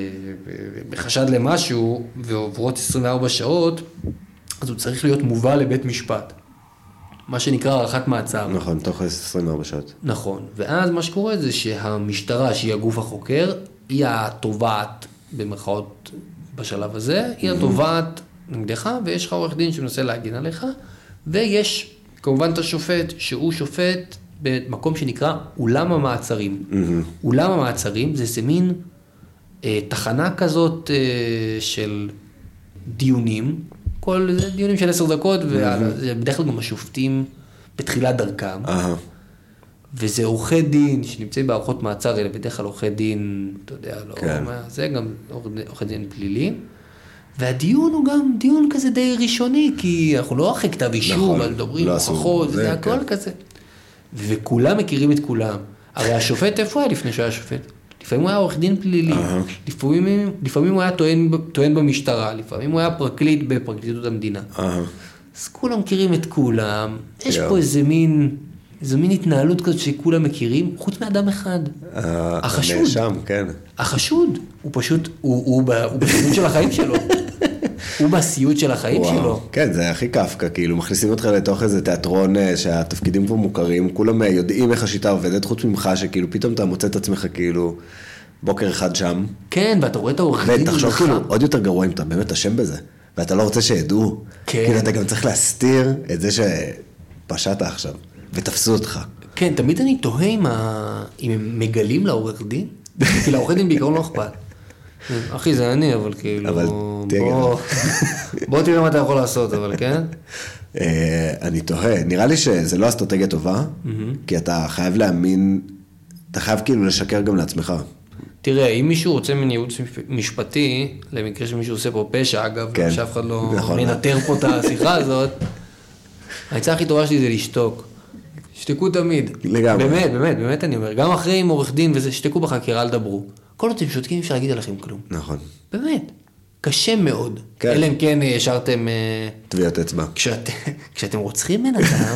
בחשד למשהו ועוברות 24 שעות, אז הוא צריך להיות מובא לבית משפט. מה שנקרא הערכת מעצר. נכון, תוך 24 שעות. נכון, ואז מה שקורה זה שהמשטרה, שהיא הגוף החוקר, היא התובעת, במרכאות בשלב הזה, היא התובעת נגדך, ויש לך עורך דין שמנסה להגן עליך, ויש כמובן את השופט, שהוא שופט במקום שנקרא אולם המעצרים. אולם המעצרים זה איזה מין תחנה כזאת של דיונים, כל דיונים של 10 דקות, ובדרך כלל גם השופטים בתחילת דרכם. וזה עורכי דין שנמצאים בערכות מעצר, אלה בדרך כלל עורכי דין, אתה יודע, לא, זה גם עורכי דין פלילי. והדיון הוא גם דיון כזה די ראשוני, כי אנחנו לא אחרי כתב אישום, אבל מדברים הוכחות, זה הכל כזה. וכולם מכירים את כולם. הרי השופט איפה היה לפני שהיה שופט? לפעמים הוא היה עורך דין פלילי, לפעמים הוא היה טוען במשטרה, לפעמים הוא היה פרקליט בפרקליטות המדינה. אז כולם מכירים את כולם, יש פה איזה מין התנהלות כזאת שכולם מכירים, חוץ מאדם אחד. החשוד. הנאשם, כן. החשוד, הוא פשוט, הוא בסיוט של החיים שלו. הוא בסיוט של החיים שלו. כן, זה הכי קפקא, כאילו, מכניסים אותך לתוך איזה תיאטרון שהתפקידים כבר מוכרים, כולם יודעים איך השיטה עובדת, חוץ ממך, שכאילו פתאום אתה מוצא את עצמך כאילו בוקר אחד שם. כן, ואתה רואה את העורך דין. ותחשוב כאילו, עוד יותר גרוע אם אתה באמת אשם בזה, ואתה לא רוצה שידעו. כן. כאילו, אתה גם צריך להסתיר את זה שפשעת עכשיו, ותפסו אותך. כן, תמיד אני תוהה אם הם מגלים לעורך דין, כי לעורך דין בעיקרון לא אכפת. אחי, זה אני, אבל כאילו... אבל בוא תראה מה אתה יכול לעשות, אבל כן? אני תוהה, נראה לי שזה לא אסטרטגיה טובה, כי אתה חייב להאמין, אתה חייב כאילו לשקר גם לעצמך. תראה, אם מישהו רוצה מייעוץ משפטי, למקרה שמישהו עושה פה פשע, אגב, שאף אחד לא מנטר פה את השיחה הזאת, העצה הכי טובה שלי זה לשתוק. שתקו תמיד. לגמרי. באמת אני אומר. גם אחרי עם עורך דין וזה, שתקו בחקירה, אל דברו. כל עוד אתם שותקים, אפשר להגיד עליכם כלום. נכון. באמת. קשה מאוד. כן. אלא אם כן ישרתם... טביעת אצבע. כשאתם רוצחים בן אדם,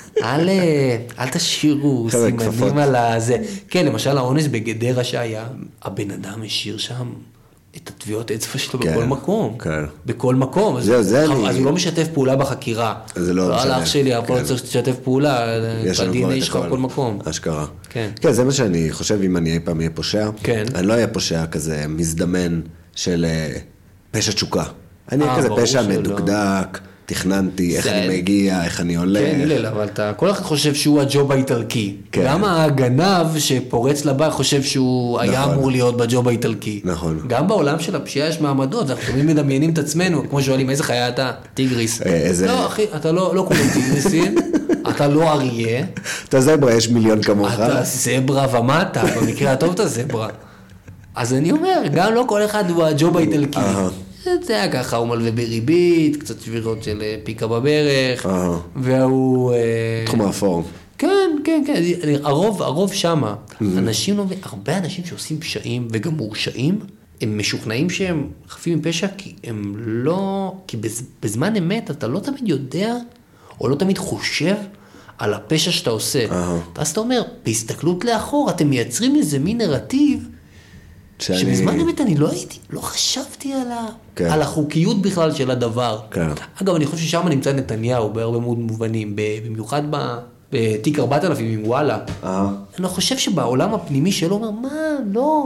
אל תשאירו סימנים על הזה. כן, למשל האונס בגדרה שהיה, הבן אדם השאיר שם את הטביעות אצבע שלו בכל מקום. כן. בכל מקום. אז הוא לא משתף פעולה בחקירה. זה לא משנה. לא על אח שלי, אבל לא צריך לשתף פעולה. בדין יש לך בכל מקום. אשכרה. כן. כן, זה מה שאני חושב, אם אני אי פעם אהיה פושע. כן. אני לא אהיה פושע כזה מזדמן של פשע תשוקה. אני אהיה כזה פשע מדוקדק, תכננתי, איך אני מגיע, איך אני הולך. כן, הלל, אבל כל אחד חושב שהוא הג'וב האיטלקי. גם הגנב שפורץ לבא חושב שהוא היה אמור להיות בג'וב האיטלקי. נכון. גם בעולם של הפשיעה יש מעמדות, אנחנו תמיד מדמיינים את עצמנו, כמו שואלים, איזה חיה אתה? טיגריס. לא, אחי, אתה לא כולם טיגריסים, אתה לא אריה. אתה זברה, יש מיליון כמוך. אתה זברה ומטה, במקרה הטוב אתה זברה. אז אני אומר, גם לא כל אחד הוא הג'וב האיטלקי. זה היה ככה, הוא מלווה בריבית, קצת שבירות של פיקה בברך, והוא... תחום האפור. כן, הרוב שמה. אנשים לא... הרבה אנשים שעושים פשעים וגם מורשעים, הם משוכנעים שהם חפים מפשע, כי הם לא... כי בזמן אמת אתה לא תמיד יודע, או לא תמיד חושב על הפשע שאתה עושה. אז אתה אומר, בהסתכלות לאחור, אתם מייצרים איזה מין נרטיב, שבזמן אמת אני לא חשבתי על החוקיות בכלל של הדבר. אגב, אני חושב ששם נמצא נתניהו בהרבה מאוד מובנים, במיוחד בתיק 4000 עם וואלה. אני חושב שבעולם הפנימי שלו אומר, מה, לא.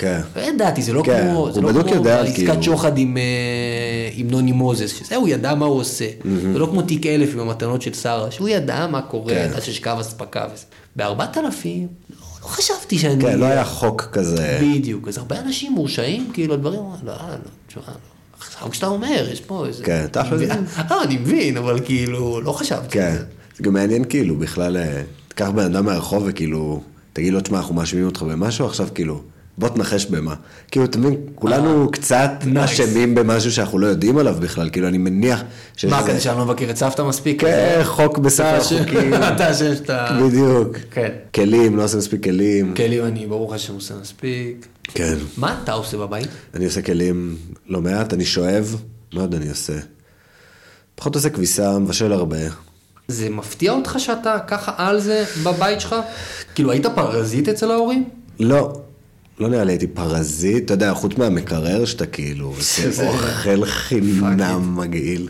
כן. לא ידעתי, זה לא כן, כמו, הוא בדיוק יודע, עסקת כאילו. שוחד עם נוני מוזס, שזה הוא ידע מה הוא עושה. זה לא כמו תיק 1000 עם המתנות של שרה, שהוא ידע מה קורה, כן. עד ששקב אספקה. ב-4,000, לא חשבתי שאני... כן, לא היה חוק כזה. בדיוק, אז הרבה אנשים מורשעים, כאילו, הדברים, לא, תשמע, עכשיו כשאתה אומר, יש פה איזה... כן, תכל'ס. אני מבין, אבל כאילו, לא חשבתי. כן, זה גם מעניין כאילו, בכלל, תקח בן אדם מהרחוב וכאילו, תגיד לו, תשמע, אנחנו מאשימים אותך במשהו, עכשיו כאילו, בוא תנחש במה. כאילו, אתה מבין, כולנו קצת אשמים במשהו שאנחנו לא יודעים עליו בכלל, כאילו, אני מניח שיש מה, כדי שאני לא מבקר את סבתא מספיק? כן, חוק בספר חוקים. אתה שיש את ה... בדיוק. כן. כלים, לא עושה מספיק כלים. כלים אני, ברוך השם, עושה מספיק. כן. מה אתה עושה בבית? אני עושה כלים לא מעט, אני שואב, מה עוד אני עושה? פחות עושה כביסה, מבשל הרבה. זה מפתיע אותך שאתה ככה על זה בבית שלך? כאילו, היית פרזיט אצל ההורים? לא, לא נראה לי, הייתי פרזיט, אתה יודע, חוץ מהמקרר שאתה כאילו, זה אוכל חינם מגעיל.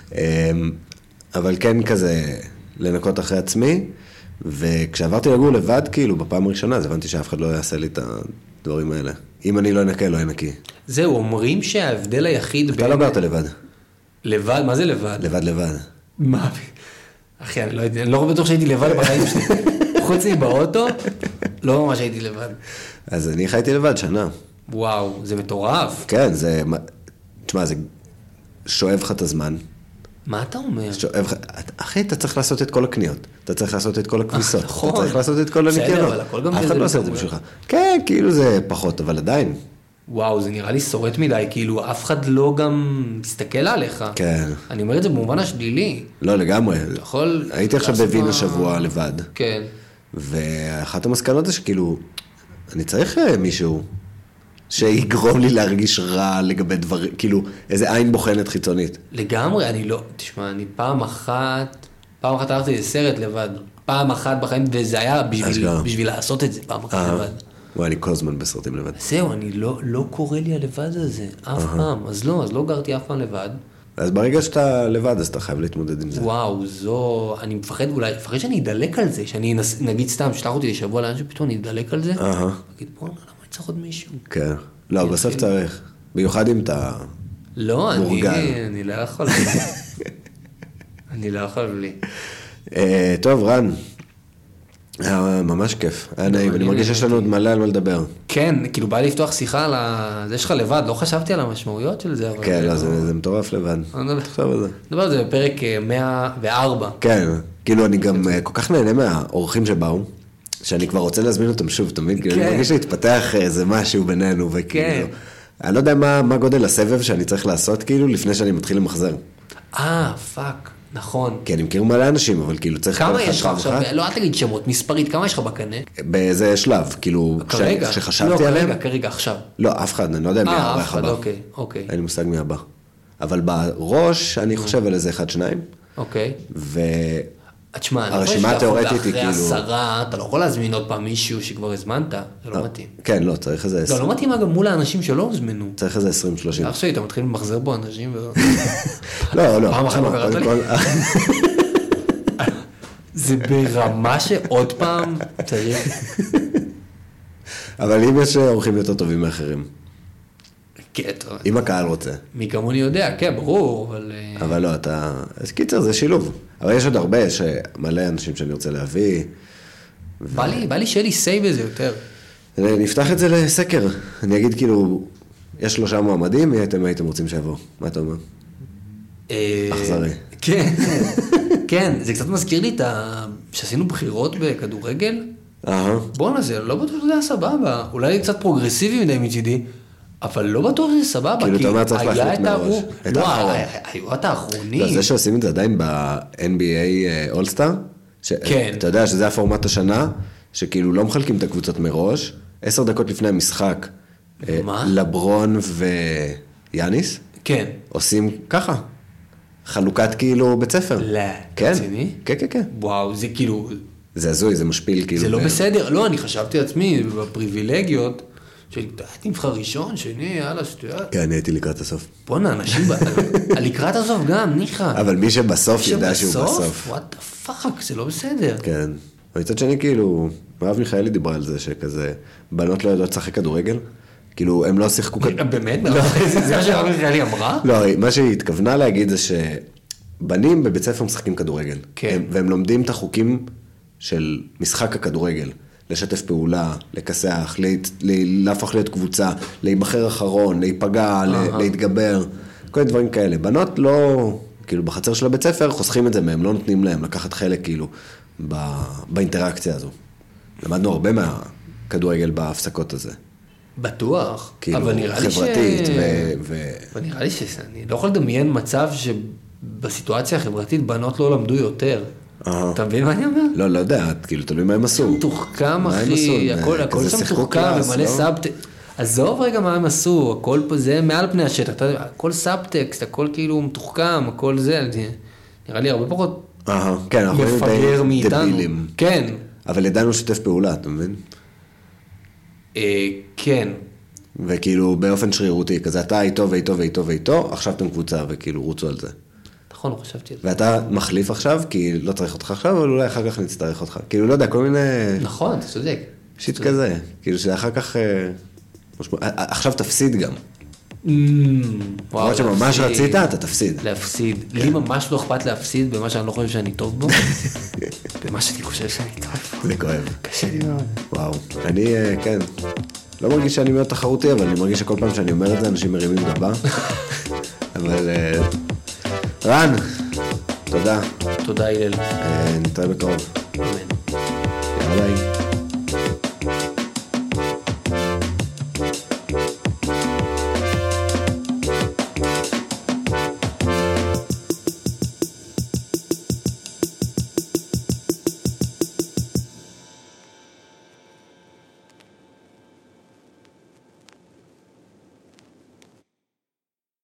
אבל כן כזה, לנקות אחרי עצמי, וכשעברתי לגור לבד, כאילו, בפעם הראשונה, אז הבנתי שאף אחד לא יעשה לי את הדברים האלה. אם אני לא אנקה, לא אנקי. זהו, אומרים שההבדל היחיד אתה לא גרת לבד. לבד? מה זה לבד? לבד. מה? אחי, אני לא בטוח שהייתי לבד בחיים שלי. חוץ לי באוטו, לא ממש הייתי לבד. אז אני חייתי לבד שנה. וואו, זה מטורף. כן, זה, תשמע, זה שואב לך את הזמן. מה אתה אומר? אחי, אתה צריך לעשות את כל הקניות. אתה צריך לעשות את כל הכביסות. נכון. אתה צריך לעשות את כל הניקיונות. בסדר, אבל הכל גם אף כזה אחד לא עושה את זה מתעורר. בשבילך. כן, כאילו זה פחות, אבל עדיין. וואו, זה נראה לי שורט מדי, כאילו אף אחד לא גם מסתכל עליך. כן. אני אומר את זה במובן השלילי. לא, לגמרי. אתה יכול... הייתי עכשיו לעשות בווינה מה- שבוע לבד. כן. ואחת המסקנות זה שכאילו, אני צריך מישהו שיגרום לי להרגיש רע לגבי דברים, כאילו, איזה עין בוחנת חיצונית. לגמרי, אני לא... תשמע, אני פעם אחת הלכתי לסרט לבד. פעם אחת בחיים, וזה היה בשביל לעשות את זה, פעם אחת לבד. וואי, אני כל הזמן בסרטים לבד. זהו, אני לא קורא לי הלבד הזה, אף פעם. אז לא גרתי אף פעם לבד. אז ברגע שאתה לבד, אז אתה חייב להתמודד עם זה. וואו, אני מפחד שאני אדלק על זה, שאני נגיד סתם, שלח אותי לשבוע לאן שפתאום אני אדלק על זה, אגיד, בוא, למה אני צריך עוד מישהו? כן. לא, בסוף צריך. במיוחד אם אתה... לא, מורגל. אני לא יכול. אני לא יכול בלי. טוב, רן. היה ממש כיף. היה נעים. אני מרגיש שיש לנו עוד מלא על מה לדבר. כן, כאילו בא לי לפתוח שיחה על זה שלך לבד, לא חשבתי על המשמעויות של זה, אבל... כן, לא, זה מטורף לבד. תחשוב על זה. נדבר על זה בפרק 104. כן, כאילו אני גם כל כך נהנה מהאורחים שבאו, שאני כבר רוצה להזמין אותם שוב, אתה מבין? כאילו אני מרגיש להתפתח איזה משהו בינינו, וכאילו... אני לא יודע מה גודל הסבב שאני צריך לעשות, כאילו, לפני שאני מתחיל למחזר. פאק. נכון. כי אני מכיר מלא אנשים, אבל כאילו צריך... כמה יש לך עכשיו? לא, אל תגיד שמות, מספרית, כמה יש לך בקנה? באיזה שלב, כאילו, כשחשבתי עליהם... כרגע, עכשיו. לא, אף אחד, אני לא יודע מי העורך הבא. אוקיי. אין לי מושג מי הבא. אבל בראש, אני חושב על איזה 1-2. אוקיי. תשמע, הרשימה התיאורטית היא אחרי כאילו... 10, אתה לא יכול להזמין עוד פעם מישהו שכבר הזמנת, זה לא מתאים. כן, לא, צריך איזה... לא מתאים אגב מול האנשים שלא הוזמנו. צריך איזה 20-30. עכשיו אתה מתחיל למחזר בו אנשים ו... לא. פעם אחת לא קראת לי? זה ברמה שעוד פעם צריך... אבל אם יש אורחים יותר טובים מאחרים. כן, טוב. אם הקהל רוצה. מי כמוני יודע, כן, ברור, אבל... אבל לא, אז קיצר, זה שילוב. אבל יש עוד הרבה, יש מלא אנשים שאני רוצה להביא. בא לי שיהיה לי סי בזה יותר. נפתח את זה לסקר. אני אגיד כאילו, יש 3 מועמדים, מי הייתם רוצים שיבוא? מה אתה אומר? אכזרי. כן, כן, זה קצת מזכיר לי שעשינו בחירות בכדורגל. בואנה, זה לא בטוח שזה היה סבבה. אולי קצת פרוגרסיבי מדי מצידי, אבל לא בטוח שזה סבבה. כאילו אתה אומר צריך להחליט מראש. לא, היו את האחרונים. לא, זה שעושים את זה עדיין ב-NBA All-Star, כן. אתה יודע שזה הפורמט השנה, שכאילו לא מחלקים את הקבוצות מראש, 10 דקות לפני המשחק, לברון ויאניס, כן. עושים ככה, חלוקת כאילו בית ספר. לא, כן, רציני? כן. וואו, זה כאילו... זה הזוי, זה משפיל כאילו. זה לא בסדר, לא, אני חשבתי לעצמי, בפריבילגיות, שהייתי נבחר ראשון, שני, יאללה, שטויות. כן, אני הייתי לקראת הסוף. בוא'נה, אנשים, לקראת הסוף גם, ניחא. אבל מי שבסוף ידע שהוא בסוף. וואט דה פאק, זה לא בסדר. כן. ומצד שני, כאילו, מרב מיכאלי דיברה על זה, שכזה, בנות לא יודעות לשחק כדורגל, כאילו, הם לא שיחקו... באמת? זה מה שרבי מיכאלי אמרה? לא, מה שהיא התכוונה להגיד זה שבנים בבית ספר משחקים כדורגל. כן. והם לומדים את החוקים של משחק הכדורגל. לשתף פעולה, לכסח, להפוך להיות קבוצה, להיבחר אחרון, להיפגע, להתגבר, כל מיני דברים כאלה. בנות לא, כאילו בחצר של הבית ספר, חוסכים את זה מהם, לא נותנים להם לקחת חלק כאילו באינטראקציה הזו. למדנו הרבה מהכדורגל בהפסקות הזה. בטוח, כאילו, אבל נראה לי חברתית אבל נראה לי שאני לא יכול לדמיין מצב שבסיטואציה החברתית בנות לא למדו יותר. אתה מבין מה אני אומר? לא, לא יודע, כאילו, תלוי מה הם עשו. מתוחכם, אחי, הכל שם מתוחכם, ומלא סאבטקסט. עזוב רגע מה הם עשו, הכל פה זה מעל פני השטח, הכל סאבטקסט, הכל כאילו מתוחכם, הכל זה, נראה לי הרבה פחות כן, אנחנו מפגר מאיתנו. כן. אבל ידענו לשתף פעולה, אתה מבין? כן. וכאילו באופן שרירותי, כזה אתה איתו ואיתו ואיתו ואיתו, עכשיו אתם קבוצה וכאילו רוצו על זה. נכון, לא חשבתי על זה. ואתה מחליף עכשיו, כי לא צריך אותך עכשיו, אבל אולי אחר כך נצטרך אותך. כאילו, לא יודע, כל מיני... נכון, אתה צודק. שיט כזה, כאילו שאחר כך... עכשיו תפסיד גם. למרות שממש רצית, אתה תפסיד. להפסיד. לי ממש לא אכפת להפסיד במה שאני לא חושב שאני טוב בו. במה שאני חושב שאני טוב בו. זה כואב. קשה לי מאוד. וואו. אני, כן, לא מרגיש שאני מאוד תחרותי, אבל אני מרגיש שכל פעם שאני אומר את זה, אנשים מרימים גבה. אבל... רן, תודה. תודה, הלל. נתראה בקרוב. אמן. יאללה ביי.